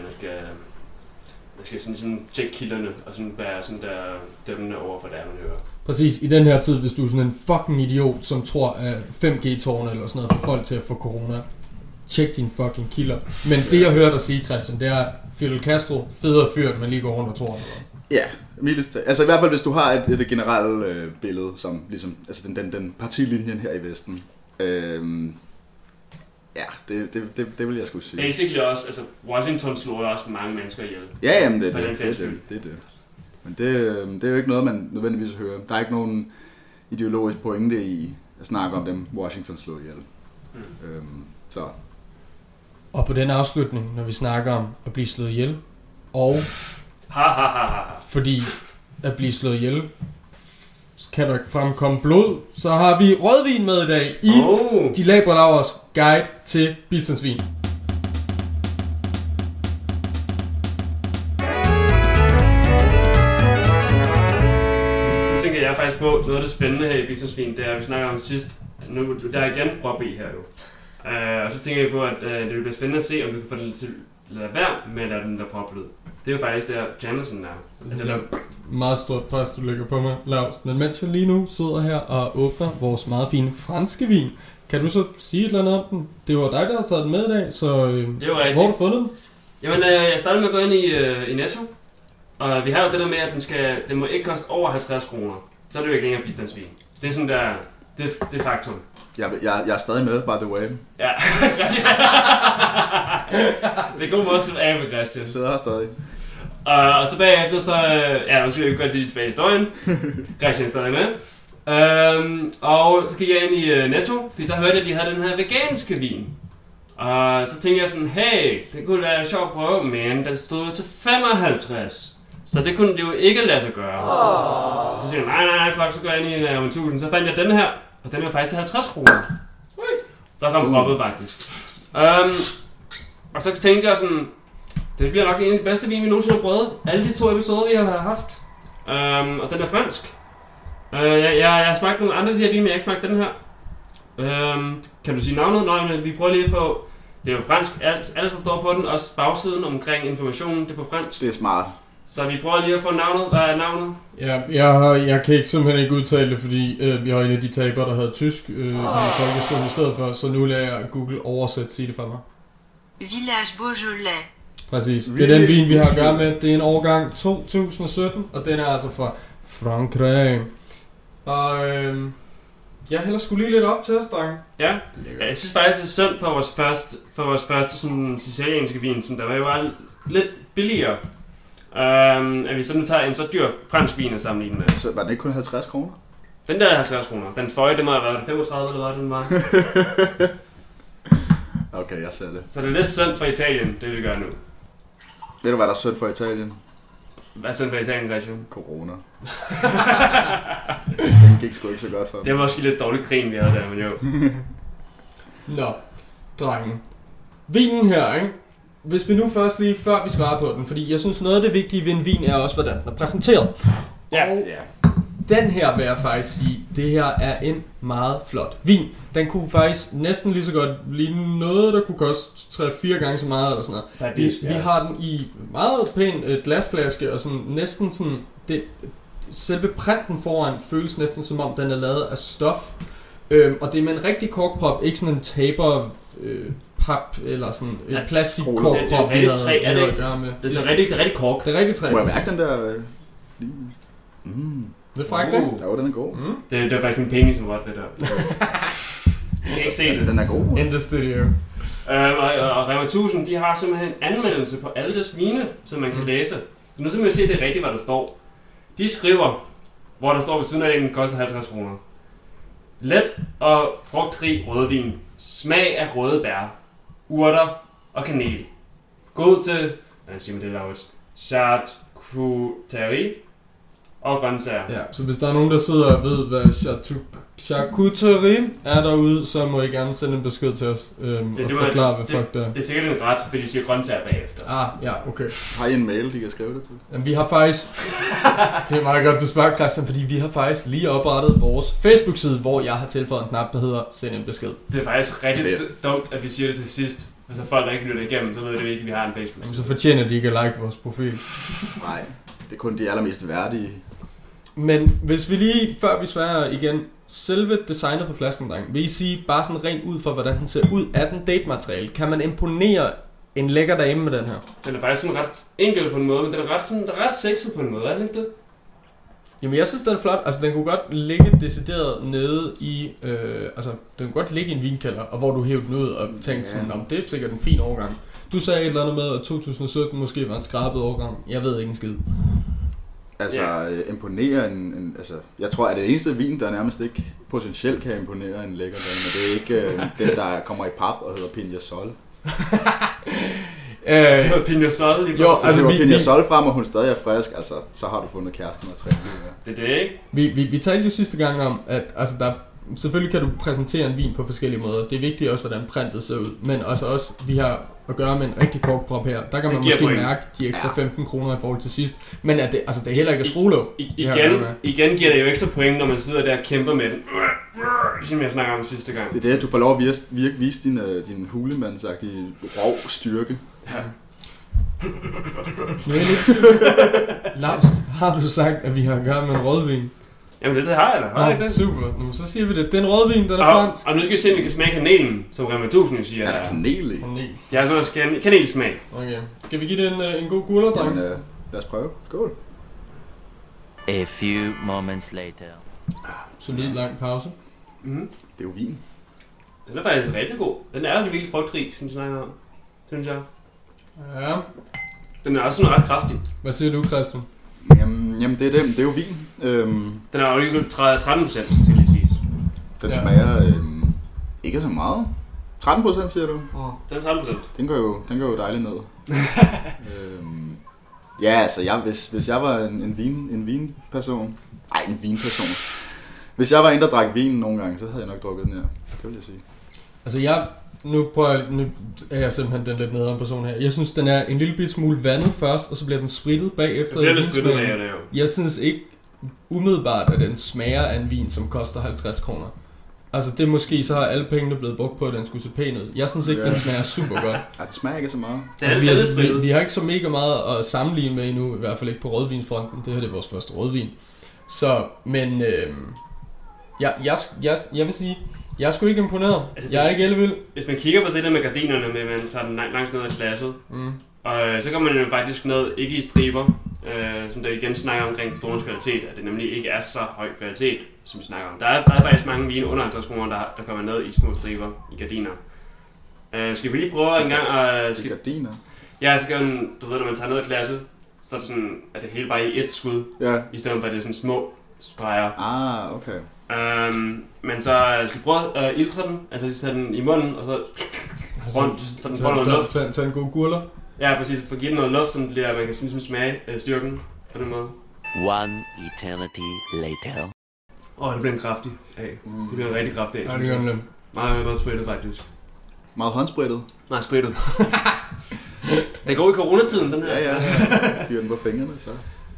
Speaker 2: skal sådan tjekke kilderne, og sådan være sådan der dømmende over for det, man hører.
Speaker 1: Præcis, i den her tid, hvis du er sådan en fucking idiot, som tror, at 5G-tårne eller sådan noget får folk til at få corona, tjek din fucking kilder. Men det, jeg hører dig sige, Christian, det er Fidel Castro, federe fyr, man lige går rundt og tror noget.
Speaker 4: Ja, mildest. Altså i hvert fald, hvis du har et generelle billede, som ligesom, altså den partilinjen her i Vesten. Ja, det vil jeg skulle sige.
Speaker 2: Basically også, altså Washington slår også mange mennesker ihjel.
Speaker 4: Ja, jamen det er det. Men det er jo ikke noget, man nødvendigvis hører. Der er ikke nogen ideologisk pointe i at snakke om dem, Washington slog ihjel. Så.
Speaker 1: Og på den afslutning, når vi snakker om at blive slået ihjel, og fordi at blive slået ihjel, kan der ikke fremkomme blod, så har vi rødvin med i dag i De Labre Lavers guide til bistandsvin.
Speaker 2: Nu tænker jeg faktisk på, noget af det spændende her i bistandsvin, det er, vi snakker om sidst, nu der er igen prop i her jo. Og så tænker jeg på, at det bliver spændende at se, om vi kan få den til at lade være med at lade den der proplyd. Det er jo faktisk der Janelson er.
Speaker 1: Det er meget stort pres, du lægger på mig, Lars. Men mens jeg lige nu sidder her og åbner vores meget fine franske vin, kan du så sige et eller andet om den? Det var dig, der har taget den med i dag, så hvor har du fundet den?
Speaker 2: Jamen, jeg startede med at gå ind i Netto. Og vi har jo det der med, at den må ikke koste over 50 kroner. Så er det jo ikke længere bistandsvin. Det er sådan der, det er faktum.
Speaker 4: Jeg er stadig med, by the way.
Speaker 2: Ja, det er god måde at slutte af med Christian.
Speaker 4: Jeg sidder her stadig.
Speaker 2: Og så bagefter, nu skal jeg gå tilbage i historien. Christian er stadig med. Og så gik jeg ind i Netto, fordi så hørte jeg, at de havde den her veganske vin. Og så tænkte jeg sådan, hey, det kunne være sjovt at prøve, men den stod til 55. Så det kunne det jo ikke lade sig gøre. Så siger jeg, nej, fuck, så går jeg ind i 1000. Så fandt jeg den her, og den er faktisk til 50 kroner. Der kom proppet faktisk. Og så tænkte jeg sådan, det bliver nok en af de bedste vin, vi nogensinde har prøvet. Alle de 2 episoder, vi har haft. Og den er fransk. Jeg har smagt nogle andre af de her vin, men jeg har ikke smagt den her. Kan du sige navnet? Nej, men vi prøver lige at få... Det er jo fransk. Alt der står på den. Også bagsiden omkring informationen. Det er på fransk.
Speaker 4: Det er smart.
Speaker 2: Så vi prøver lige at få navnet. Hvad er navnet?
Speaker 1: Ja, jeg kan simpelthen ikke udtale det, fordi jeg er en af de taber, der havde tysk i folkeskolen i stedet for. Så nu lader jeg Google oversætte sige det for mig.
Speaker 5: Village Beaujolais.
Speaker 1: Præcis. Det er den vin, vi har at gøre med. Det er en årgang 2017, og den er altså fra Frankrig. Og jeg hælder sgu lige lidt op til os, drenge.
Speaker 2: Ja, jeg synes faktisk, det er synd for vores første sådan sicilianske vin, som der var jo lidt billigere. At vi sådan tager en så dyr fransk vin at sammenligne med.
Speaker 4: Så var den ikke kun 50 kroner?
Speaker 2: Den der er 50 kroner. Den føje, det må have været 35 eller hvad den var.
Speaker 4: Okay, jeg ser det.
Speaker 2: Så det er lidt synd for Italien, det vi gør nu.
Speaker 4: Ved du, hvad der er synd for Italien?
Speaker 2: Hvad er synd for Italien, Christian?
Speaker 4: Corona. Den gik sgu ikke så godt for dem.
Speaker 2: Det var måske lidt dårlig krig, vi havde der, men jo.
Speaker 1: Nå, drenge. Vinen her, ikke? Hvis vi nu først lige, før vi svarer på den, fordi jeg synes noget af det vigtige ved en vin er også, hvordan den er præsenteret.
Speaker 2: Ja.
Speaker 1: Og den her vil jeg faktisk sige, det her er en meget flot vin. Den kunne faktisk næsten lige så godt ligne noget, der kunne koste 3-4 gange så meget eller sådan noget. Vi har den i meget pæn glasflaske og sådan næsten sådan selve printen foran føles næsten som om den er lavet af stof. Og det er med en rigtig korkprop, ikke sådan en taper pap eller sådan et plastik korkprop, vi havde at gøre med.
Speaker 2: Det er rigtig kork.
Speaker 1: Det er rigtig træ.
Speaker 4: Må jeg mærke den der...
Speaker 1: Det er frækt, ikke?
Speaker 4: Ja, den er god.
Speaker 2: Det er faktisk min penge, som var ved der. Jeg kan ikke se det.
Speaker 4: Den er god.
Speaker 1: In the studio.
Speaker 2: Og Rema 1000, de har simpelthen en anmeldelse på alle deres vine, som man kan læse. Så nu simpelthen se, det er rigtigt, hvad der står. De skriver, hvor der står ved siden af, at den koster 50 kroner. Let og frugtrig rødvin. Smag af røde bær, urter og kanel. God til, hvordan siger man det, Laurits? Charcuterie og grøntsager.
Speaker 1: Ja, så hvis der er nogen, der sidder og ved, hvad charcuterie er derude, så må I gerne sende en besked til os og forklare, hvad fuck det er.
Speaker 2: Det er sikkert en ret, fordi de siger grøntsager bagefter.
Speaker 1: Ja, okay.
Speaker 4: Har I en mail, de kan skrive det til?
Speaker 1: Jamen, vi har faktisk... det er meget godt, du spørger, Christian, fordi vi har faktisk lige oprettet vores Facebook-side, hvor jeg har tilføjet en knap, der hedder Send en besked.
Speaker 2: Det er faktisk rigtig dumt, at vi siger det til sidst. Hvis folk, der ikke lytter det igennem, så ved det ikke, at vi har en Facebook-side.
Speaker 1: Jamen, så fortjener de ikke at like vores profil.
Speaker 4: Nej, det er kun de allermest værdige.
Speaker 1: Men hvis vi lige, før vi svarer igen, selve designet på flasken, dreng, vil I sige bare sådan rent ud for, hvordan den ser ud af den datemateriale? Kan man imponere en lækker dame med den her?
Speaker 2: Den er faktisk sådan ret enkel på en måde, men den er ret sexet på en måde, er det ikke det?
Speaker 1: Jamen jeg synes den er flot, altså den kunne godt ligge decideret nede i, altså den kunne godt ligge i en vinkælder, og hvor du hævde den ud og tænkte sådan, om det er sikkert en fin årgang. Du sagde et eller andet med, at 2017 måske var en skrabet årgang, jeg ved ikke en skid.
Speaker 4: Altså imponere altså, jeg tror, at det eneste vin, der nærmest ikke potentielt kan imponere en lækker dame, det er ikke den, der kommer i pap og hedder Piña Sol.
Speaker 2: Piña Sol lige
Speaker 4: jo, altså Piña Sol frem, og hun stadig er frisk, altså så har du fundet kærestemateriale.
Speaker 2: Det er det, ikke?
Speaker 1: Vi talte jo sidste gang om, at altså der selvfølgelig kan du præsentere en vin på forskellige måder. Det er vigtigt også, hvordan printet ser ud. Men også vi har at gøre med en rigtig korkprop her. Der kan man måske mærke de ekstra 15 kroner i forhold til sidst. Men at det, altså, det er heller ikke skruelåg.
Speaker 2: Igen giver det jo ekstra point, når man sidder der og kæmper med den. Ligesom jeg snakker om sidste gang.
Speaker 4: Det er det, at du får lov at vise din hulemandsagtige rov styrke.
Speaker 2: Ja.
Speaker 1: Lars, har du sagt, at vi har at gøre med en rødvin?
Speaker 2: Jamen det har jeg da. Har ikke det?
Speaker 1: Super. Nu, så siger vi det. Det er en rødvin, den er fransk.
Speaker 2: Og nu skal vi se, om vi kan smage kanelen, som Rema 1000 siger.
Speaker 4: Er der kanel i?
Speaker 2: Det er altså også kanelsmag.
Speaker 1: Okay. Skal vi give det en god guller, dreng?
Speaker 4: Lad os prøve. Skål.
Speaker 6: A few moments later.
Speaker 1: Solid lang pause.
Speaker 2: Mm-hmm.
Speaker 4: Det er jo vin.
Speaker 2: Den er faktisk rigtig god. Den er jo virkelig frugtrig, synes jeg.
Speaker 1: Ja.
Speaker 2: Den er også sådan ret kraftig.
Speaker 1: Hvad siger du, Christian?
Speaker 4: Jamen det er jo vin.
Speaker 2: Den er jo lige 13%, skal lige siges.
Speaker 4: Den smager ikke så meget. 13% siger du?
Speaker 2: Den er 13%.
Speaker 4: Den går jo dejligt ned. Ja, altså hvis jeg var en vinperson. Nej, en vinperson. Hvis jeg var en, der drak vin nogle gange, så havde jeg nok drukket den her. Det vil jeg sige.
Speaker 1: Altså nu er jeg simpelthen den lidt nederen person her. Jeg synes, den er en lille bit smule vandet først, og så bliver den sprittet bagefter.
Speaker 2: Det bliver lidt sprittet af det jo.
Speaker 1: Jeg synes ikke umiddelbart, at den smager af en vin, som koster 50 kroner. Altså det måske, så har alle pengene blevet brugt på, at den skulle se pæn ud. Jeg synes ikke, den smager super godt.
Speaker 4: Ja, det smager ikke så meget.
Speaker 1: Altså, vi har ikke så mega meget at sammenligne med endnu, i hvert fald ikke på rødvinsfronten. Det her det er vores første rødvin. Så, men jeg vil sige, jeg er sgu ikke imponeret. Altså, jeg er ikke ellevild.
Speaker 2: Hvis man kigger på det der med gardinerne, med at man tager den langs ned af glasset, og så kommer man jo faktisk ned, ikke i striber, som der igen snakker omkring Storens kvalitet, at det nemlig ikke er så høj kvalitet, som vi snakker om. Der er faktisk mange vine under 50 kroner, der kommer ned i små striber i gardiner. Skal vi lige prøve en gang at...
Speaker 4: Gardiner?
Speaker 2: Ja, så kan man, du ved, når man tager ned af glasset, så er det sådan, at det hele bare i et skud, i stedet for at det er sådan små streger.
Speaker 4: Ah, okay.
Speaker 2: Men så skal vi prøve at ildre den, altså sætte den i munden, og så rundt, så den får noget luft.
Speaker 1: Tag en god gurler.
Speaker 2: Ja, præcis, for at give den noget luft, som man kan ligesom smage styrken på den måde.
Speaker 6: One eternity later.
Speaker 2: Det bliver en kraftig af. Det bliver en rigtig kraftig af.
Speaker 1: Ja, det gør den.
Speaker 2: Meget sprittet faktisk.
Speaker 4: Meget håndsprittet.
Speaker 2: Meget sprittet. Det går i coronatiden, den her.
Speaker 4: Ja. Fyrer den på fingrene, så...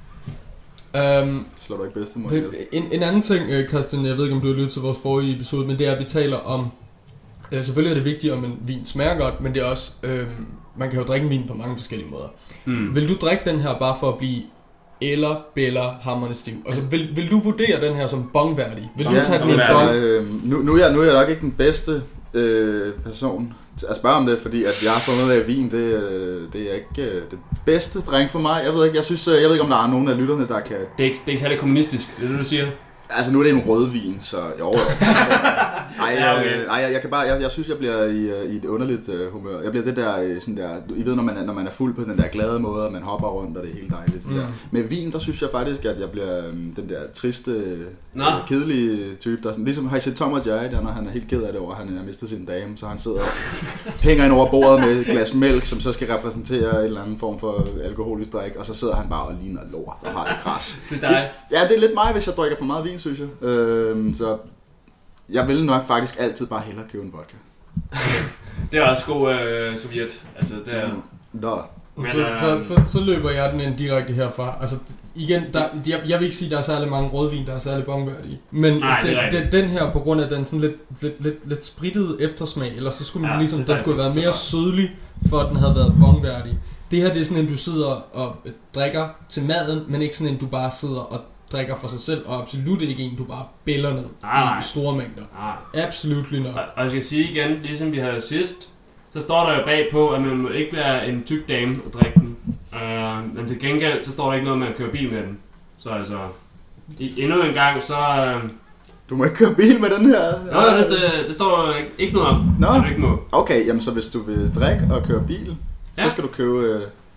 Speaker 4: slår du ikke bedstemor ihjel.
Speaker 1: En anden ting, Christian, jeg ved ikke om du har lyttet til vores forrige episode, men det er, at vi taler om, selvfølgelig er det vigtigt, om en vin smager godt, men det er også, man kan jo drikke en vin på mange forskellige måder. Vil du drikke den her bare for at blive eller hamrende stiv? Altså, vil du vurdere den her som bongværdig? Vil du tage den i en
Speaker 4: nu er jeg nok ikke den bedste person at spørge om det, fordi at jeg har fundet ud af, at vin, det er ikke det bedste drink for mig. Jeg ved ikke, om der er nogen af lytterne, der kan...
Speaker 2: Det er ikke særlig kommunistisk, det er det, du siger?
Speaker 4: Altså, nu er det en rødvin, så jo. Jeg kan bare, jeg synes, jeg bliver i et underligt humør. Jeg bliver det der, sådan der, I ved, når man er fuld på den der glade måde, og man hopper rundt, og det er helt dejligt. Sådan der. Med vin, der synes jeg faktisk, at jeg bliver den der triste, kedelige type, der sådan, ligesom har I set Tom og Jerry, der når han er helt ked af det over, at han har mistet sin dame, så han sidder og hænger ind over bordet med et glas mælk, som så skal repræsentere en eller anden form for alkoholisk drik, og så sidder han bare og ligner lort og har det kras.
Speaker 2: Det er dig.
Speaker 4: Ja, det er lidt mig, hvis jeg drikker for meget vin, synes jeg. Så jeg vil nok faktisk altid bare hellere købe en vodka.
Speaker 2: Det er også god sovjet. Altså, det er...
Speaker 1: Men, så løber jeg den ind direkte herfra. Altså igen, jeg vil ikke sige, at der er særlig mange rødvin, der er særlig bongværdige. Men den her, på grund af den sådan lidt sprittede eftersmag, eller så skulle man ligesom, den skulle have været mere sødlig, for at den havde været bongværdig. Det her, det er sådan en, du sidder og drikker til maden, men ikke sådan en, du bare sidder og drikker for sig selv, og absolut ikke en, du bare bæller ned i store mængder. Absolut nok.
Speaker 2: Og jeg skal sige igen, ligesom vi havde sidst, så står der jo bagpå, at man må ikke være en tyk dame og drikke den. Men til gengæld, så står der ikke noget med at køre bil med den. Så altså, endnu en gang, så...
Speaker 4: Du må ikke køre bil med den her?
Speaker 2: Det står der ikke noget om,
Speaker 4: Nå.
Speaker 2: at du ikke må.
Speaker 4: Okay, jamen så hvis du vil drikke og køre bil, så skal du købe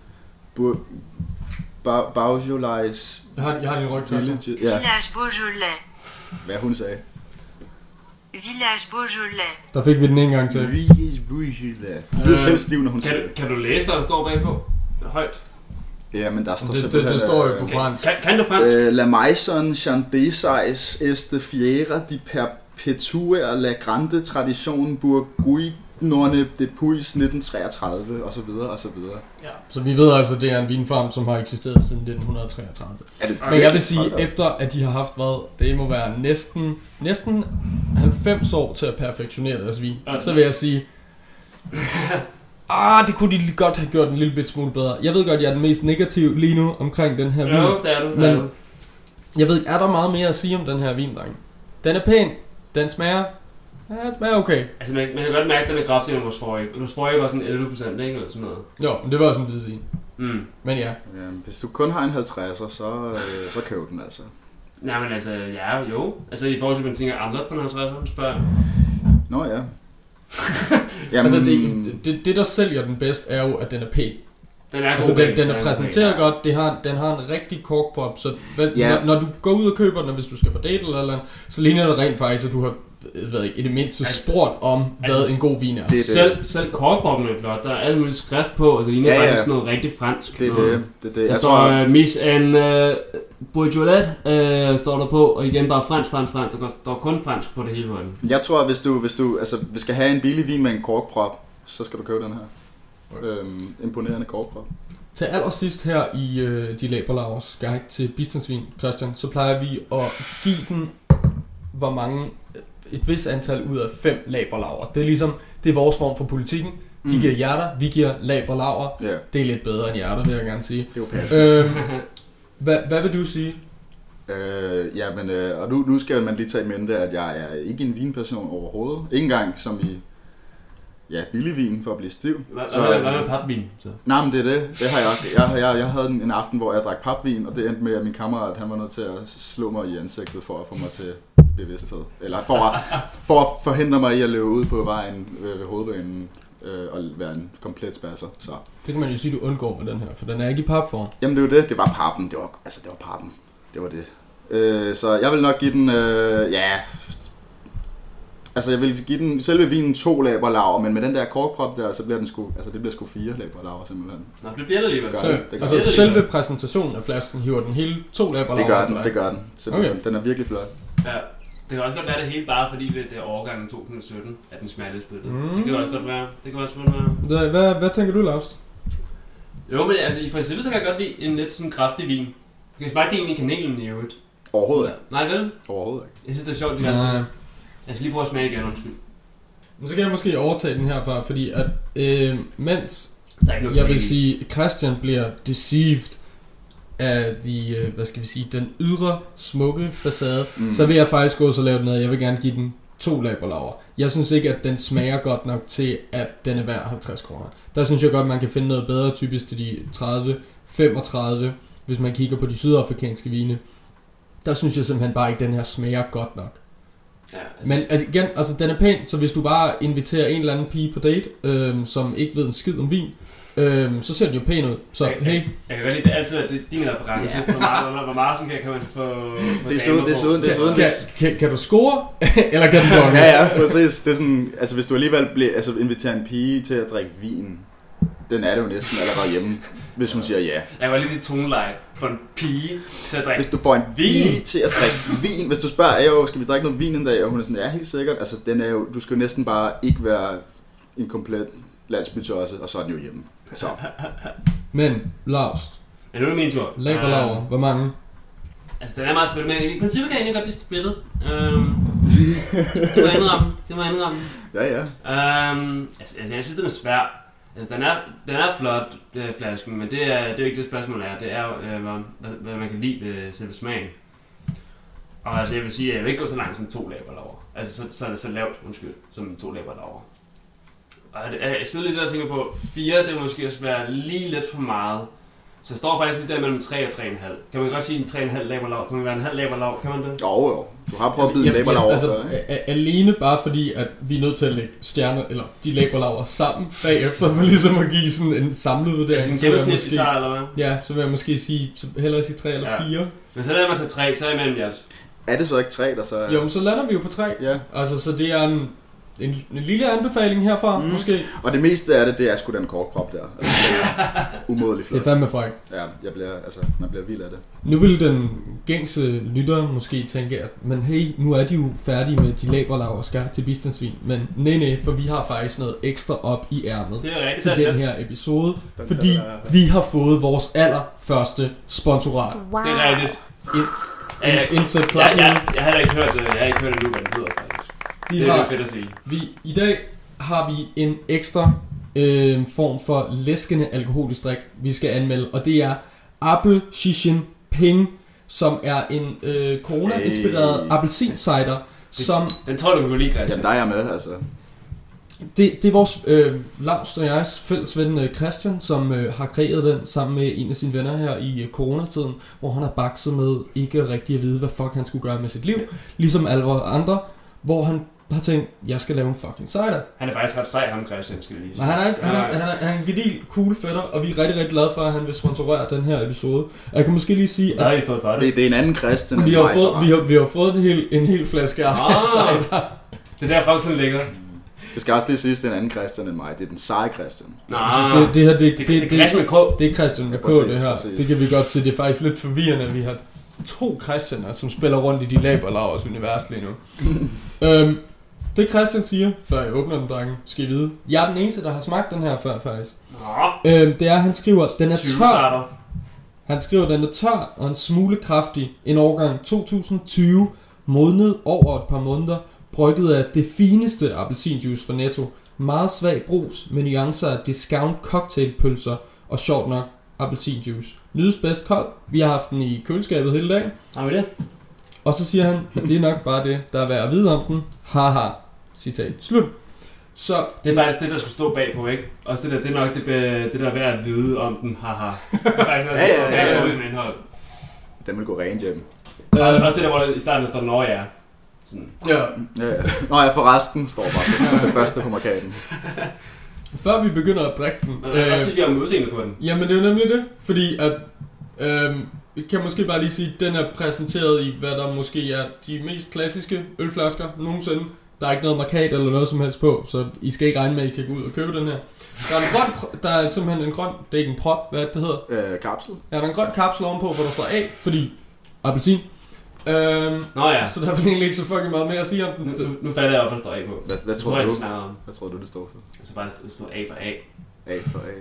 Speaker 4: Beaujolais.
Speaker 1: Jeg har din ryg, Christian.
Speaker 5: Village Beaujolais.
Speaker 4: Hvad hun sagde.
Speaker 5: Village Beaujolais.
Speaker 1: Der fik vi den en gang til.
Speaker 4: Village Beaujolais. Det er selv stiv, når hun siger det.
Speaker 2: Kan du læse, hvad der står bagpå? Højt.
Speaker 4: Ja, men der står
Speaker 1: det står jo på fransk.
Speaker 2: Kan du fransk?
Speaker 4: La maison chandesais est fiera de perpetuer la grande tradition bourguignonne depuis 1933, og så videre, og så videre.
Speaker 1: Ja, så vi ved altså, at det er en vinfarm, som har eksisteret siden 1933. Men jeg vil sige, efter at de har haft det må være næsten 90 år til at perfektionere deres vin, så vil jeg sige... det kunne de godt have gjort en lille bit smule bedre. Jeg ved godt, jeg er den mest negativ lige nu omkring den her vin.
Speaker 2: Jo, det er du.
Speaker 1: Men jeg ved ikke, er der meget mere at sige om den her vin, dreng? Den er pæn. Den smager... Ja, det smager okay.
Speaker 2: Altså, man kan godt mærke, at den er kraftigere end vores forrige. Og vores forrige var sådan 11%, ikke? Eller sådan noget.
Speaker 1: Jo, men det var sådan en hvidvin. Men ja.
Speaker 4: Hvis du kun har en 50'er, så køb den altså.
Speaker 2: Nej, men altså, jo. Altså, i forhold til, at man tænker andre på en 50'er, spørger.
Speaker 4: Nå ja.
Speaker 1: Jamen, altså, det der sælger den bedst, er jo, at den er pæn.
Speaker 2: Den er
Speaker 1: altså, den er præsenteret godt, den har en rigtig korkpop, så når du går ud og køber den, hvis du skal på date eller noget, så ligner det rent faktisk, at du har i det mindste spurgt om, hvad en god vin er.
Speaker 2: Selv korkpoppen er flot, der er alt muligt skrift på, og det ligner faktisk noget rigtig fransk.
Speaker 4: Det er det.
Speaker 2: Der står Miss Anne Beaujolais, står der på, og igen bare fransk. Der står kun fransk på det hele vejen.
Speaker 4: Jeg tror, at hvis du skal have en billig vin med en korkprop, så skal du købe den her. Imponerende korkprop.
Speaker 1: Til allersidst her i De Laberlavers guide til bistandsvin, Christian, så plejer vi at give den et vis antal ud af 5 laberlaver. Det er ligesom, det er vores form for politikken. De giver hjerter, vi giver laberlaver. Yeah. Det er lidt bedre end hjerter, vil jeg gerne sige.
Speaker 4: Det er jo passende.
Speaker 1: Hvad vil du sige?
Speaker 4: Og nu skal man lige tage i mente, at jeg er ikke en vinperson overhovedet. Ikke engang som i billig vin for at blive stiv.
Speaker 2: Hvad med papvin? Så?
Speaker 4: Nej, men det er det. Det har jeg også. Jeg havde en aften, hvor jeg drak papvin, og det endte med, at min kammerat han var nødt til at slå mig i ansigtet for at få mig til bevidsthed. Eller for at forhindre mig i at løbe ud på vejen ved hovedbanen og være en komplet spasser. Så.
Speaker 1: Det kan man jo sige, du undgår med den her, for den er ikke i papform.
Speaker 4: Jamen det er jo det. Det var pappen. Det var pappen. Det var det. Så jeg vil nok give den... Altså jeg vil give den selve vinen 2 laberlaver, men med den der korkprop der, så bliver den det bliver sgu 4 laberlaver simpelthen.
Speaker 2: Nå, det bliver det alligevel.
Speaker 1: Selve præsentationen af flasken hiver den hele 2 laberlaver.
Speaker 4: Det gør den. Okay. Den er virkelig flot.
Speaker 2: Ja. Det kan også godt være det hele bare fordi det er årgangen 2017, at den smager lidt spyttet. Det kan også godt være.
Speaker 1: Hvad tænker du, Laust?
Speaker 2: Jo, men altså i princippet så kan jeg godt lide en lidt sådan kraftig vin. Jeg kan smage det egentlig i kanelen i øvrigt.
Speaker 4: Overhovedet ikke.
Speaker 2: Nej vel?
Speaker 4: Overhovedet ikke.
Speaker 2: Jeg synes det er sjovt, det gør det. Jeg skal lige prøve at smage igen, undskyld.
Speaker 1: Men så kan jeg måske overtage den herfra, fordi at mens jeg vil sige, Christian bliver deceived af den ydre smukke facade, så vil jeg faktisk gå så lave den ned. Jeg vil gerne give den 2 laberlaver. Jeg synes ikke, at den smager godt nok til, at den er værd 50 kroner. Der synes jeg godt, man kan finde noget bedre, typisk til de 30-35, hvis man kigger på de sydafrikanske vine. Der synes jeg simpelthen bare ikke, den her smager godt nok.
Speaker 2: Ja,
Speaker 1: Men altså, igen, altså, den er pæn, så hvis du bare inviterer en eller anden pige på date, som ikke ved en skid om vin, så ser den jo pæn ud. Så hey.
Speaker 2: Jeg kan godt lide, det er altid at det er din reference. Hvor meget som kan man få
Speaker 4: Desuden.
Speaker 1: Kan du score, eller kan den bonges?
Speaker 4: Ja, præcis. Det er sådan, altså hvis du alligevel inviterer en pige til at drikke vin, den er det jo næsten allerede hjemme, hvis hun siger ja.
Speaker 2: Jeg kan godt lide det toneleje for en pige til at drikke.
Speaker 4: Hvis du får en pige til at drikke vin, hvis du spørger, skal vi drikke noget vin en dag, og hun er sådan, ja, helt sikkert. Altså, den er jo, du skal jo næsten bare ikke være en komplet landsbytøjse, og så er den jo hjemme. Så.
Speaker 1: Men, Lars.
Speaker 2: Ja, nu er det min tur.
Speaker 1: Laberlaver, hvor mange? Altså,
Speaker 2: den er meget splittet, men i princippet kan jeg egentlig godt blive splittet. Det må jeg indrømme.
Speaker 4: Ja.
Speaker 2: Altså, jeg synes, den er svær. Altså, den er flot, flasken, men det er jo ikke det spørgsmål er. Det er hvad man kan lide ved selve smagen. Og altså, jeg vil sige, at jeg vil ikke gå så langt som 2 laberlaver. Altså, så er det så lavt, som 2 laberlaver. Og jeg sidder lidt der og tænker på, 4, det er måske også være lige lidt for meget. Så jeg står faktisk lidt der mellem 3 og 3,5. Kan man godt sige en 3,5 laberlav? Kan man være en halv laberlav? Kan man det?
Speaker 4: Jo. Du har prøvet at bide laberlav over.
Speaker 1: Altså, alene bare fordi, at vi er nødt til at lægge stjerner, eller de laberlaver sammen bagefter, for ligesom at give sådan en samlet vurdering.
Speaker 2: En gennemsnit i eller hvad?
Speaker 1: Ja, så vil jeg måske sige, hellere sige 3 eller 4.
Speaker 2: Men så lader man til 3, så er jeg mellem jer.
Speaker 4: Er det så ikke 3, der så er...
Speaker 1: Jo, men så lander vi jo på 3.
Speaker 4: Ja.
Speaker 1: Altså, så det er en lille anbefaling herfra, måske.
Speaker 4: Og det meste af det er sgu den kortprop der. Altså, det er umådeligt flot.
Speaker 1: Det er fandme fræk.
Speaker 4: Ja, man bliver vild af det.
Speaker 1: Nu vil den gængse lytter måske tænke, at men hey, nu er de jo færdige med de laberlav og skal til bistandsvin. Men nej, for vi har faktisk noget ekstra op i ærmet til den her episode. Fordi vi har fået vores allerførste sponsorat.
Speaker 3: Wow.
Speaker 2: Det er rigtigt.
Speaker 1: Indsæt klokken.
Speaker 2: Jeg har ikke hørt endnu, hvad den hedder faktisk. Det er fedt at sige.
Speaker 1: I dag har vi en ekstra form for læskende alkoholisk drik, vi skal anmelde, og det er Apple Shishin Ping, som er en corona-inspireret appelsincider, som...
Speaker 2: Den tror du kan lide, Christian.
Speaker 4: Jamen, der er jeg med, altså.
Speaker 1: Det er vores Lars og jegs fælles ven Christian, som har kreeret den sammen med en af sine venner her i coronatiden, hvor han har bakset med ikke rigtig at vide, hvad fuck han skulle gøre med sit liv, ligesom alle andre, hvor han har tænkt, jeg skal lave en fucking cider.
Speaker 2: Han er faktisk ret sej, ham Christian, skal vi lige sige.
Speaker 1: Han er en gedil cool fætter, og vi er rigtig, rigtig glade for, at han vil sponsorere den her episode. Jeg kan måske lige sige, at
Speaker 2: det
Speaker 4: er en anden Christian.
Speaker 1: Vi har fået en hel flaske af cider.
Speaker 2: Det er derfor, sådan ligger.
Speaker 4: Det skal også lige siges, det er en anden Christian end mig. Det er den seje Christian.
Speaker 1: Det her, det
Speaker 2: er Christian med K.
Speaker 1: Det er Christian med K, det her. Præcis. Det kan vi godt se. Det er faktisk lidt forvirrende, at vi har 2 Christianer, som spiller rundt i de laberlavers univers lige nu. Det Christian siger, før jeg åbner den, drenge, skal I vide. Jeg er den eneste, der har smagt den her før, faktisk. Det er, han skriver, den er tør. Han skriver, den er tør og en smule kraftig. En årgang 2020, modnet over et par måneder, brygget af det fineste appelsinjuice fra Netto. Meget svag brus med nuancer af discount cocktailpølser og sjovt nok appelsinjuice. Nydes bedst kold. Vi har haft den i køleskabet hele dagen.
Speaker 2: Har vi det?
Speaker 1: Og så siger han, at det er nok bare det, der er værd at vide om den. Haha. Citat slut. Så
Speaker 2: det er faktisk det, der skulle stå bagpå, ikke? Også det er nok det der er værd at vide om den. Haha. Det er faktisk noget, der er værd at indhold.
Speaker 4: Den vil gå rent hjem.
Speaker 2: Også det der, hvor i starten står når jeg. Sådan.
Speaker 1: Ja.
Speaker 4: Nå ja, for resten står bare det første på markaden.
Speaker 1: Før vi begynder at drikke den...
Speaker 2: Hvad synes vi om udseendet på den?
Speaker 1: Jamen det er jo nemlig det, fordi at... vi kan måske bare lige sige, at den er præsenteret i, hvad der måske er de mest klassiske ølflasker nogensinde. Der er ikke noget markat eller noget som helst på, så I skal ikke regne med, at I kan gå ud og købe den her. Der er simpelthen en grøn, det er ikke en prop, hvad det hedder?
Speaker 4: Kapsel.
Speaker 1: Ja, der er en grøn kapsel ovenpå, hvor der står A, fordi appelsin.
Speaker 2: Nå ja.
Speaker 1: Så der er vel egentlig ikke så fucking meget mere at sige om den.
Speaker 2: Nu fatter jeg, hvorfor der står A på.
Speaker 4: Hvad tror du? Hvad tror du, det står for?
Speaker 2: Altså bare det står A for A.
Speaker 4: A for A.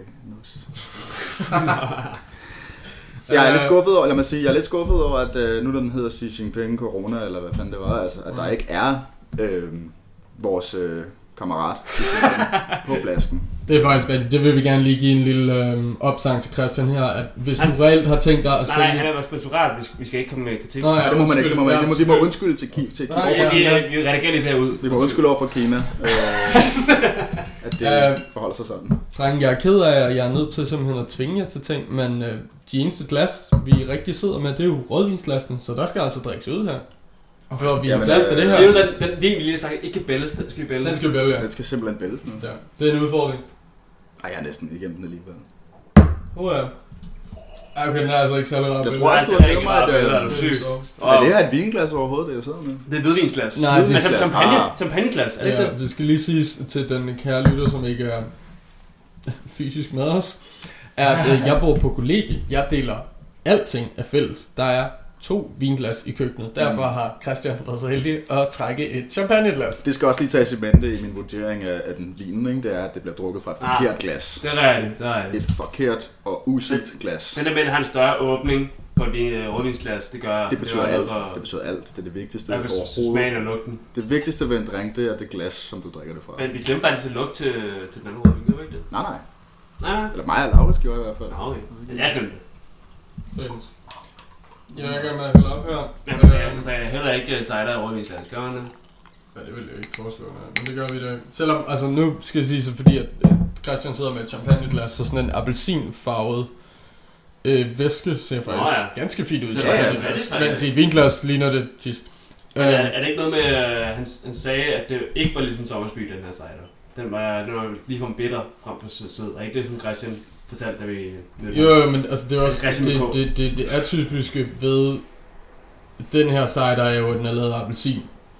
Speaker 4: Jeg er lidt skuffet over, lad mig sige, jeg er lidt skuffet over, at nu den hedder Xi Jinping Corona, eller hvad fanden det var, altså, at der ikke er vores kammerat på flasken.
Speaker 1: Det er faktisk rigtigt. Det vil vi gerne lige give en lille opsang til Christian her, at hvis du reelt har tænkt dig at sælge...
Speaker 2: Nej, han er bare sponsorat, vi skal ikke komme med kritik.
Speaker 4: Nej, det må man ikke. Vi må undskylde til Kina.
Speaker 2: Vi redigerer lidt derud.
Speaker 4: Vi må undskylde over for Kina, at det forholder sig sådan.
Speaker 1: Drenge, jeg er ked af, at jeg er nødt til simpelthen at tvinge jer til ting, men de eneste glas, vi rigtig sidder med, det er jo rødvinsglassene, så der skal altså drikkes ud her. Hvor vi
Speaker 4: Jamen,
Speaker 1: plads til det
Speaker 2: Siger
Speaker 1: her.
Speaker 2: du, den vin, vi lige har sagt, ikke kan bælles, den skal vi bælge.
Speaker 1: Den skal vi vælge, ja.
Speaker 4: Den skal simpelthen væltes nu.
Speaker 1: Ja, det er en udfordring.
Speaker 4: Ej, jeg er næsten igennem den alligevel.
Speaker 1: Ja. Okay, den er altså ikke særlig rar.
Speaker 4: Jeg tror også,
Speaker 2: det
Speaker 4: du
Speaker 2: er
Speaker 4: har
Speaker 2: ikke
Speaker 4: givet mig
Speaker 2: ret, eller er
Speaker 4: et...
Speaker 2: du syg?
Speaker 4: Er det her et vinglas overhovedet, det jeg sidder med?
Speaker 2: Det er hvidvinsglas.
Speaker 1: Nej, det
Speaker 2: Altså
Speaker 4: er-
Speaker 2: champagneglas, er det ikke
Speaker 1: Ja,
Speaker 2: det?
Speaker 1: det skal lige siges til den kære lytter, som ikke er fysisk med os, er, at jeg bor på kollegie. Jeg deler alting af fælles. Der er 2 vinglas i køkkenet. Derfor har Christian været så heldig at trække et champagneglas.
Speaker 4: Det skal også lige tages i mente i min vurdering af den vinen, ikke? Det er, at det bliver drukket fra et forkert glas.
Speaker 2: Det er rigtigt,
Speaker 4: Et forkert og uset glas.
Speaker 2: Men der har en større åbning på et rødvinsglas, det gør...
Speaker 4: Det betyder alt.
Speaker 2: For,
Speaker 4: Det betyder alt. Det er det vigtigste
Speaker 2: der kan
Speaker 4: overhovedet.
Speaker 2: smagen og lugten.
Speaker 4: Det vigtigste ved en drink, det er det glas, som du drikker det fra.
Speaker 2: Men vi glemte faktisk at lugt til den anden rødvin, gør vi ikke det?
Speaker 4: Nej.
Speaker 2: Nej.
Speaker 4: Eller mig og Laurits gjorde i hvert fald.
Speaker 2: Nå, okay. Men jeg glemte det.
Speaker 1: Jeg er i gang med at hælde op her.
Speaker 2: Jamen, jeg heller ikke cider i rødvinsglas, gør man det?
Speaker 1: Ja, det vil jeg ikke foreslå, men det gør vi da. Selvom, altså nu skal jeg sige så, fordi at Christian sidder med et champagneglas, så sådan en appelsinfarvet væske ser faktisk ganske fint ud i champagneglas. Mens i et vinglas ligner det tis.
Speaker 2: Er det ikke noget med, han sagde, at det ikke var ligesom Sommersby, den her cider? Den var ligefrem bitter frem for sød. Er ikke det, som Christian fortalte, da vi mødte?
Speaker 1: Jo, men altså det er også det er typiske ved den her cider er jo, at den er lavet af appelsin.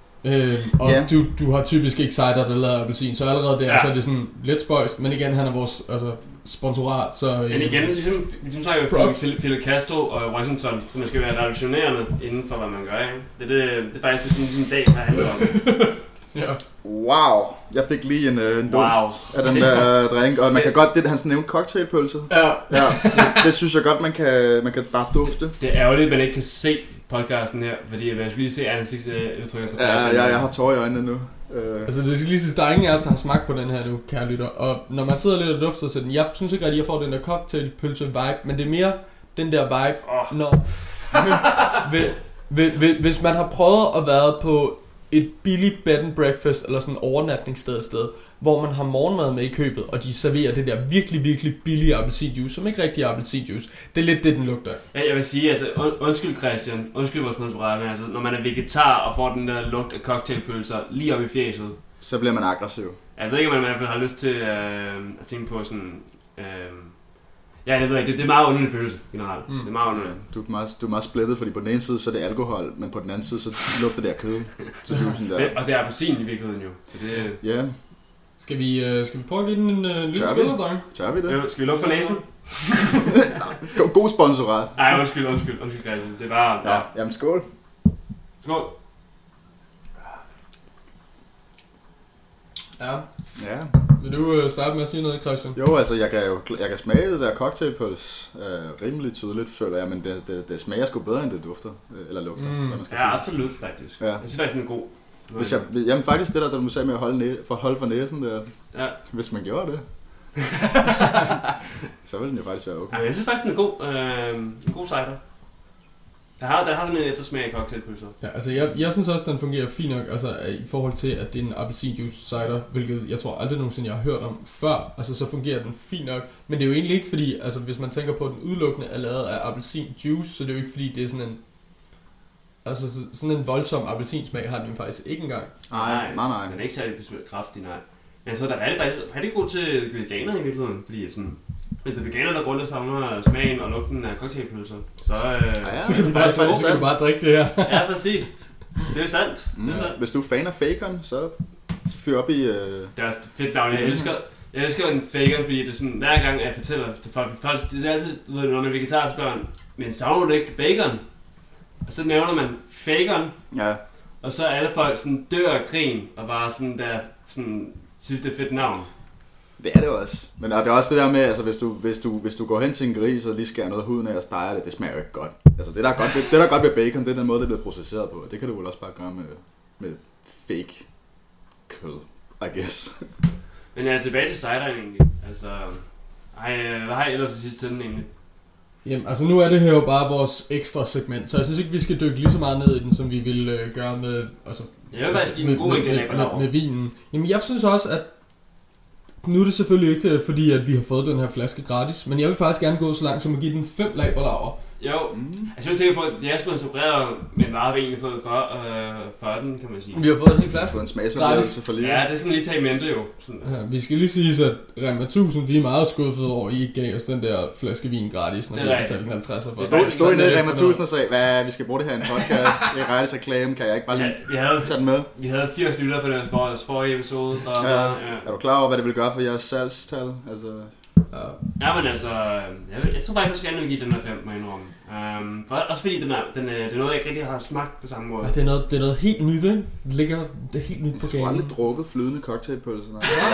Speaker 1: Og du har typisk ikke cider, der er lavet af appelsin, så allerede der så er det sådan lidt spøjst, men igen, han er vores sponsorat, så...
Speaker 2: Men igen, ligesom så er jo Fidel Castro og Washington, så man skal være revolutionerende inden for, hvad man gør, ikke? Det er faktisk sådan en dag, der handler om.
Speaker 1: Ja.
Speaker 4: Wow, jeg fik lige en dunst af den der drink, og man kan godt, det han nævnte cocktailpølse.
Speaker 1: Ja.
Speaker 4: Det synes jeg godt, man kan bare dufte.
Speaker 2: Det er ærgerligt, at man ikke kan se podcasten her, fordi jeg skulle lige se ansigtsudtrykket på
Speaker 4: pladsen. Ja, jeg har tårer i øjnene nu.
Speaker 1: Altså det skal lige sige, der er ingen af os, der har smagt på den her nu, kære lytter. Og når man sidder lidt og dufter til den, jeg synes ikke rigtig, at jeg får den der cocktailpølse-vibe, men det er mere den der vibe, når... hvis man har prøvet at være på et billigt bed and breakfast, eller sådan en overnatningssted, hvor man har morgenmad med i købet, og de serverer det der virkelig, virkelig billige appelsinjuice, som ikke rigtig er appelsinjuice. Det er lidt det, den lugter.
Speaker 2: Ja, jeg vil sige, altså, undskyld Christian, undskyld vores sponsorat, men altså, når man er vegetar og får den der lugt af cocktailpølser lige op i fjeset,
Speaker 4: så bliver man aggressiv.
Speaker 2: Jeg ved ikke, om man i hvert fald har lyst til at tænke på sådan... Ja, det ved jeg ikke. Det er meget underlig følelse, generelt. Det er meget underlig.
Speaker 4: Du er meget splittet, fordi på den ene side, så er det alkohol, men på den anden side, så lugter det af kød.
Speaker 2: Og det er appelsin i virkeligheden jo. Så det...
Speaker 4: Ja.
Speaker 1: Skal vi prøve at give den en lille skål, dreng?
Speaker 4: Tør vi det?
Speaker 2: Skal vi lukke for næsen?
Speaker 4: God sponsorat.
Speaker 2: Ej, undskyld, Christian. Det var...
Speaker 4: Ja, jamen skål.
Speaker 2: Skål.
Speaker 1: Ja. Vil du starte med at sige noget, Christian?
Speaker 4: Jo, altså jeg kan smage det der cocktailpølse rimelig tydeligt, føler jeg, men det smager sgu bedre, end det dufter, eller lugter, hvad man skal sige.
Speaker 2: Ja, absolut, faktisk. Jeg synes faktisk, den er god.
Speaker 4: Jamen faktisk det der du sagde med at holde for næsen der, hvis man gjorde det, så ville den jo faktisk være okay.
Speaker 2: Ja, jeg synes faktisk, den er god. En god cider. Der har sådan en eftersmag af cocktailpølser.
Speaker 1: Ja, altså jeg synes også, den fungerer fint nok, altså i forhold til, at det er en appelsinjuice cider, hvilket jeg tror aldrig nogensinde, jeg har hørt om før. Altså så fungerer den fint nok, men det er jo egentlig ikke fordi, altså hvis man tænker på, at den udelukkende er lavet af appelsinjuice, så det er jo ikke fordi, det er sådan en... Altså sådan en voldsom appelsinsmag har den jo faktisk ikke engang.
Speaker 4: Nej.
Speaker 2: Den er ikke særlig kraftig, nej. Men jeg tror, der er rigtig god til veganer i virkeligheden, fordi sådan... Hvis der er veganer, der går rundt og samler smagen og lugten af cocktailpølser, så
Speaker 1: kan du bare drikke det her.
Speaker 2: Ja, præcis. Det er sandt.
Speaker 4: Hvis du er fan af Facon, så fyr op i...
Speaker 2: Det er også fedt navn. Jeg elsker en Facon, fordi det er sådan, hver gang jeg fortæller til folk, det er altid, du ved, når man er vegetar, så spørger man, men savner du ikke bacon? Og så nævner man Facon, og så er alle folk sådan dør af grin, og bare sådan der, sådan, synes det er fedt navn.
Speaker 4: Det er det også. Men det er også det der med, altså hvis du går hen til en gris og lige skærer noget af huden af og steger det smager jo ikke godt. Altså det der er godt ved bacon, det er den måde, det bliver processeret på. Det kan du vel også bare gøre med fake kød, I guess.
Speaker 2: Men jeg er tilbage til cideren egentlig. Altså, hvad har jeg ellers at sige til den egentlig?
Speaker 1: Jamen, altså nu er det her jo bare vores ekstra segment, så jeg synes ikke, vi skal dykke lige så meget ned i den, som vi ville gøre med... Altså,
Speaker 2: jeg vil faktisk give en god mængde
Speaker 1: med vinen. Jamen, jeg synes også, at nu er det selvfølgelig ikke fordi, at vi har fået den her flaske gratis, men jeg vil faktisk gerne gå så langt som at give den 5 laberlaver.
Speaker 2: Jo, altså jeg tænker på, at Jasper inspireret med en vare, vi egentlig fået for den, kan man sige.
Speaker 1: Vi har fået en hel flaske.
Speaker 4: Det var en smagsoplevelse for livet.
Speaker 2: Ja, det skal man lige tage i mente jo. Sådan.
Speaker 1: Ja, vi skal lige sige, at Rema 1000, vi er meget skuffet over, at I ikke gav os den der flaske vin gratis, når vi har betalt en 50'er for.
Speaker 4: Stod I nede i Rema 1000 og sagde, hvad vi skal bruge det her i en podcast, det er gratis reklame, kan jeg ikke bare lige tage den med?
Speaker 2: Vi havde 80 lytter på den forrige episode.
Speaker 4: Er du klar over, hvad det vil gøre for jeres salgstal? Altså...
Speaker 2: Ja, men altså, jeg tror faktisk, jeg skal give den her 5, må jeg indrømme. Også fordi det er noget, jeg ikke rigtig har smagt på samme måde.
Speaker 1: Ja, det er noget helt nyt, ikke? Det er helt nyt på gaden.
Speaker 4: Jeg har aldrig drukket flydende cocktailpølser.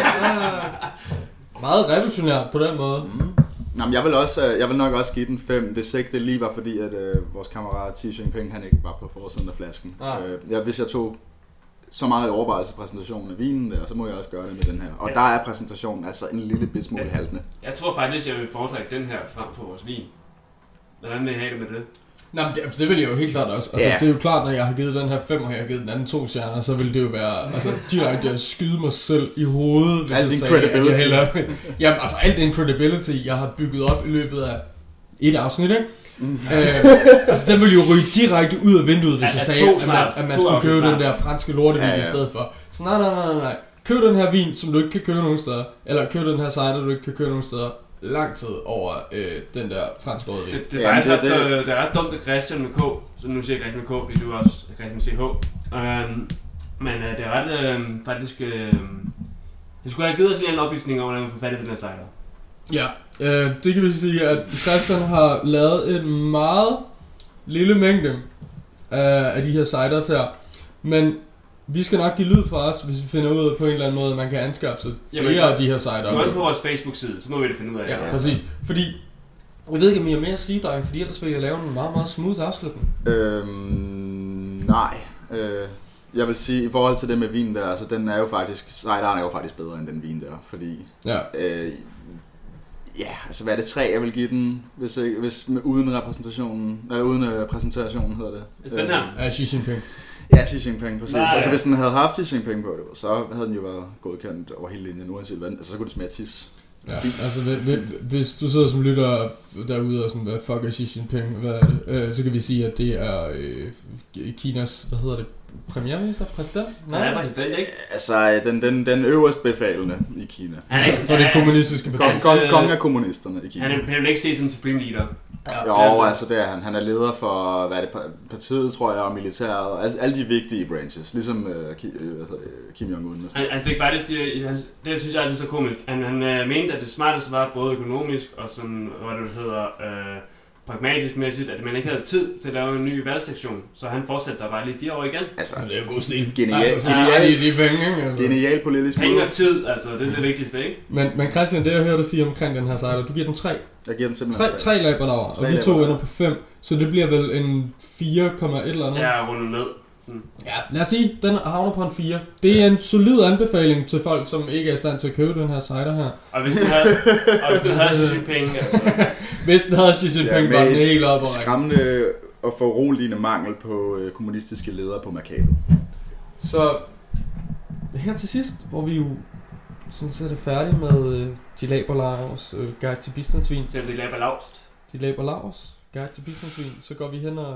Speaker 1: Meget revolutionært på den måde.
Speaker 4: Jamen, jeg vil nok også give den 5, hvis ikke det lige var fordi, at vores kammerat Xi Jinping, han ikke var på forsiden af flasken. Hvis jeg tog så meget i overvejelse præsentationen af vinen der, så må jeg også gøre det med den her. Og der er præsentationen altså en lille bit smule haltende.
Speaker 2: Jeg tror faktisk, jeg vil foretrække den her frem for vores vin. Hvordan vil I have det med det?
Speaker 1: Nå, men det vil jeg jo helt klart også. Altså, det er jo klart, når jeg har givet den her 5, og jeg har givet den anden 2 stjerner, så vil det jo være altså, direkte at skyde mig selv i hovedet, hvis jeg sagde, at jeg hellere... Jamen, altså alt den credibility, jeg har bygget op i løbet af et afsnit, ikke? Altså, den ville jo ryge direkte ud af vinduet, hvis jeg sagde, at man skulle købe den der franske lortevin i stedet for. Så nej. Køb den her vin, som du ikke kan købe nogen steder. Eller køb den her cider, du ikke kan købe nogen steder. Lang tid over den der franske rødvin.
Speaker 2: Det er faktisk det er ret dumt, at Christian med K, så nu siger jeg ikke med K, fordi du er også Christian med CH. Men det er ret faktisk... det skulle have givet os en oplysning om, hvordan man får fat i den her cider.
Speaker 1: Ja, det kan vi sige, at Christian har lavet en meget lille mængde af de her ciders her. Men vi skal nok give lyd for os, hvis vi finder ud af på en eller anden måde, at man kan anskaffe sig flere af de her cider.
Speaker 2: Gå ind på vores Facebook-side, så må vi det finde ud af.
Speaker 1: Ja, præcis. Fordi, jeg ved ikke, om I har mere at sige, dreng, fordi ellers vil jeg lave en meget, meget smooth afslutning.
Speaker 4: Nej. Jeg vil sige, i forhold til det med vin der, altså den er jo faktisk, cideren er jo faktisk bedre end den vin der, fordi... Ja. Altså hvad er det 3, jeg vil give den, hvis uden repræsentationen, eller uden præsentationen hedder det.
Speaker 2: Den her?
Speaker 1: Ja, Xi Jinping.
Speaker 4: Ja, Xi Jinping, præcis. Altså hvis den havde haft Xi Jinping på det, så havde den jo været godkendt over hele linjen, uanset hvad, altså så kunne det smage tis.
Speaker 1: Ja, altså hvis du sidder som lytter derude og sådan, hvad fuck er Xi Jinping, hvad er det? Så kan vi sige, at det er Kinas, hvad hedder det, premierminister, præsident?
Speaker 2: Nej, ja, præsident, ikke?
Speaker 4: Altså den øverst befalende i Kina.
Speaker 1: For det kommunistiske parti.
Speaker 4: Kongen af kommunisterne i Kina.
Speaker 2: Han vil ikke se som supreme leader.
Speaker 4: Jo, altså det er han. Han er leder for, hvad er det, partiet, tror jeg, og militæret, og altså alle de vigtige branches, ligesom Kim Jong-un.
Speaker 2: Han fik faktisk, det synes jeg altid så komisk, han mente, at det smarteste var både økonomisk og sådan, hvad det hedder, pragmatisk mæssigt, at man ikke havde tid til at lave en ny valgsektion, så han fortsatte der bare lige 4 år igen.
Speaker 4: Altså,
Speaker 1: det er jo god stil.
Speaker 4: Genial politisk måde.
Speaker 2: Penge og tid, altså, det er det vigtigste, ikke?
Speaker 1: Men Christian, det jeg hørte dig sige omkring den her cider, du giver den 3.
Speaker 4: Jeg giver den simpelthen
Speaker 1: 3 laberlaver, og vi 2 ender på 5, så det bliver vel en 4,1 eller noget.
Speaker 2: Ja, rundet ned. Sådan.
Speaker 1: Ja, lad os sige, den havner på en 4. Det er en solid anbefaling til folk, som ikke er i stand til at købe den her cider her.
Speaker 2: Og hvis den havde Xi Jinping...
Speaker 1: Hvis den havde Xi Jinping, var den helt op og
Speaker 4: skræmmende og foruroligende mangel på kommunistiske ledere på markedet.
Speaker 1: Så her til sidst, hvor vi jo sådan set er færdige med de Laberlavs guide til bistandsvin.
Speaker 2: Det er de Laberlavs.
Speaker 1: De Laberlavs guide til bistandsvin, så går vi hen og...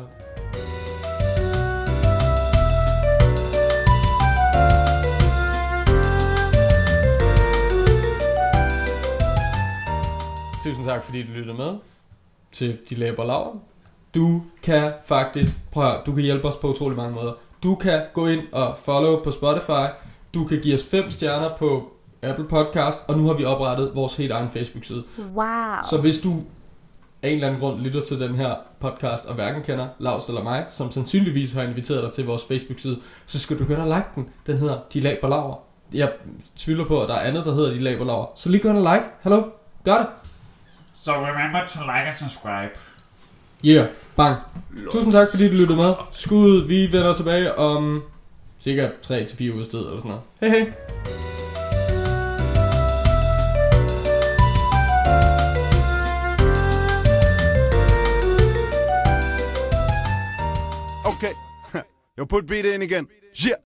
Speaker 1: Tusind tak, fordi du lyttede med til De Laberlaver. Du kan faktisk, du kan hjælpe os på utrolig mange måder. Du kan gå ind og follow på Spotify. Du kan give os 5 stjerner på Apple Podcast. Og nu har vi oprettet vores helt egen Facebook-side.
Speaker 7: Wow.
Speaker 1: Så hvis du af en eller anden grund lytter til den her podcast og hverken kender Laust eller mig, som sandsynligvis har inviteret dig til vores Facebook-side, så skal du begynde at like den. Den hedder De Laberlaver. Jeg tvivler på, at der er andet, der hedder De Laberlaver. Så lige gå ind og like. Hallo, gør det.
Speaker 8: So remember to like and subscribe.
Speaker 1: Yeah, bang. Tusind tak, fordi du lyttede med. Skud, vi vender tilbage om cirka 3-4 ugers tid eller sådan noget. Hej hej.
Speaker 9: Okay, yo, put beat in again. Yeah.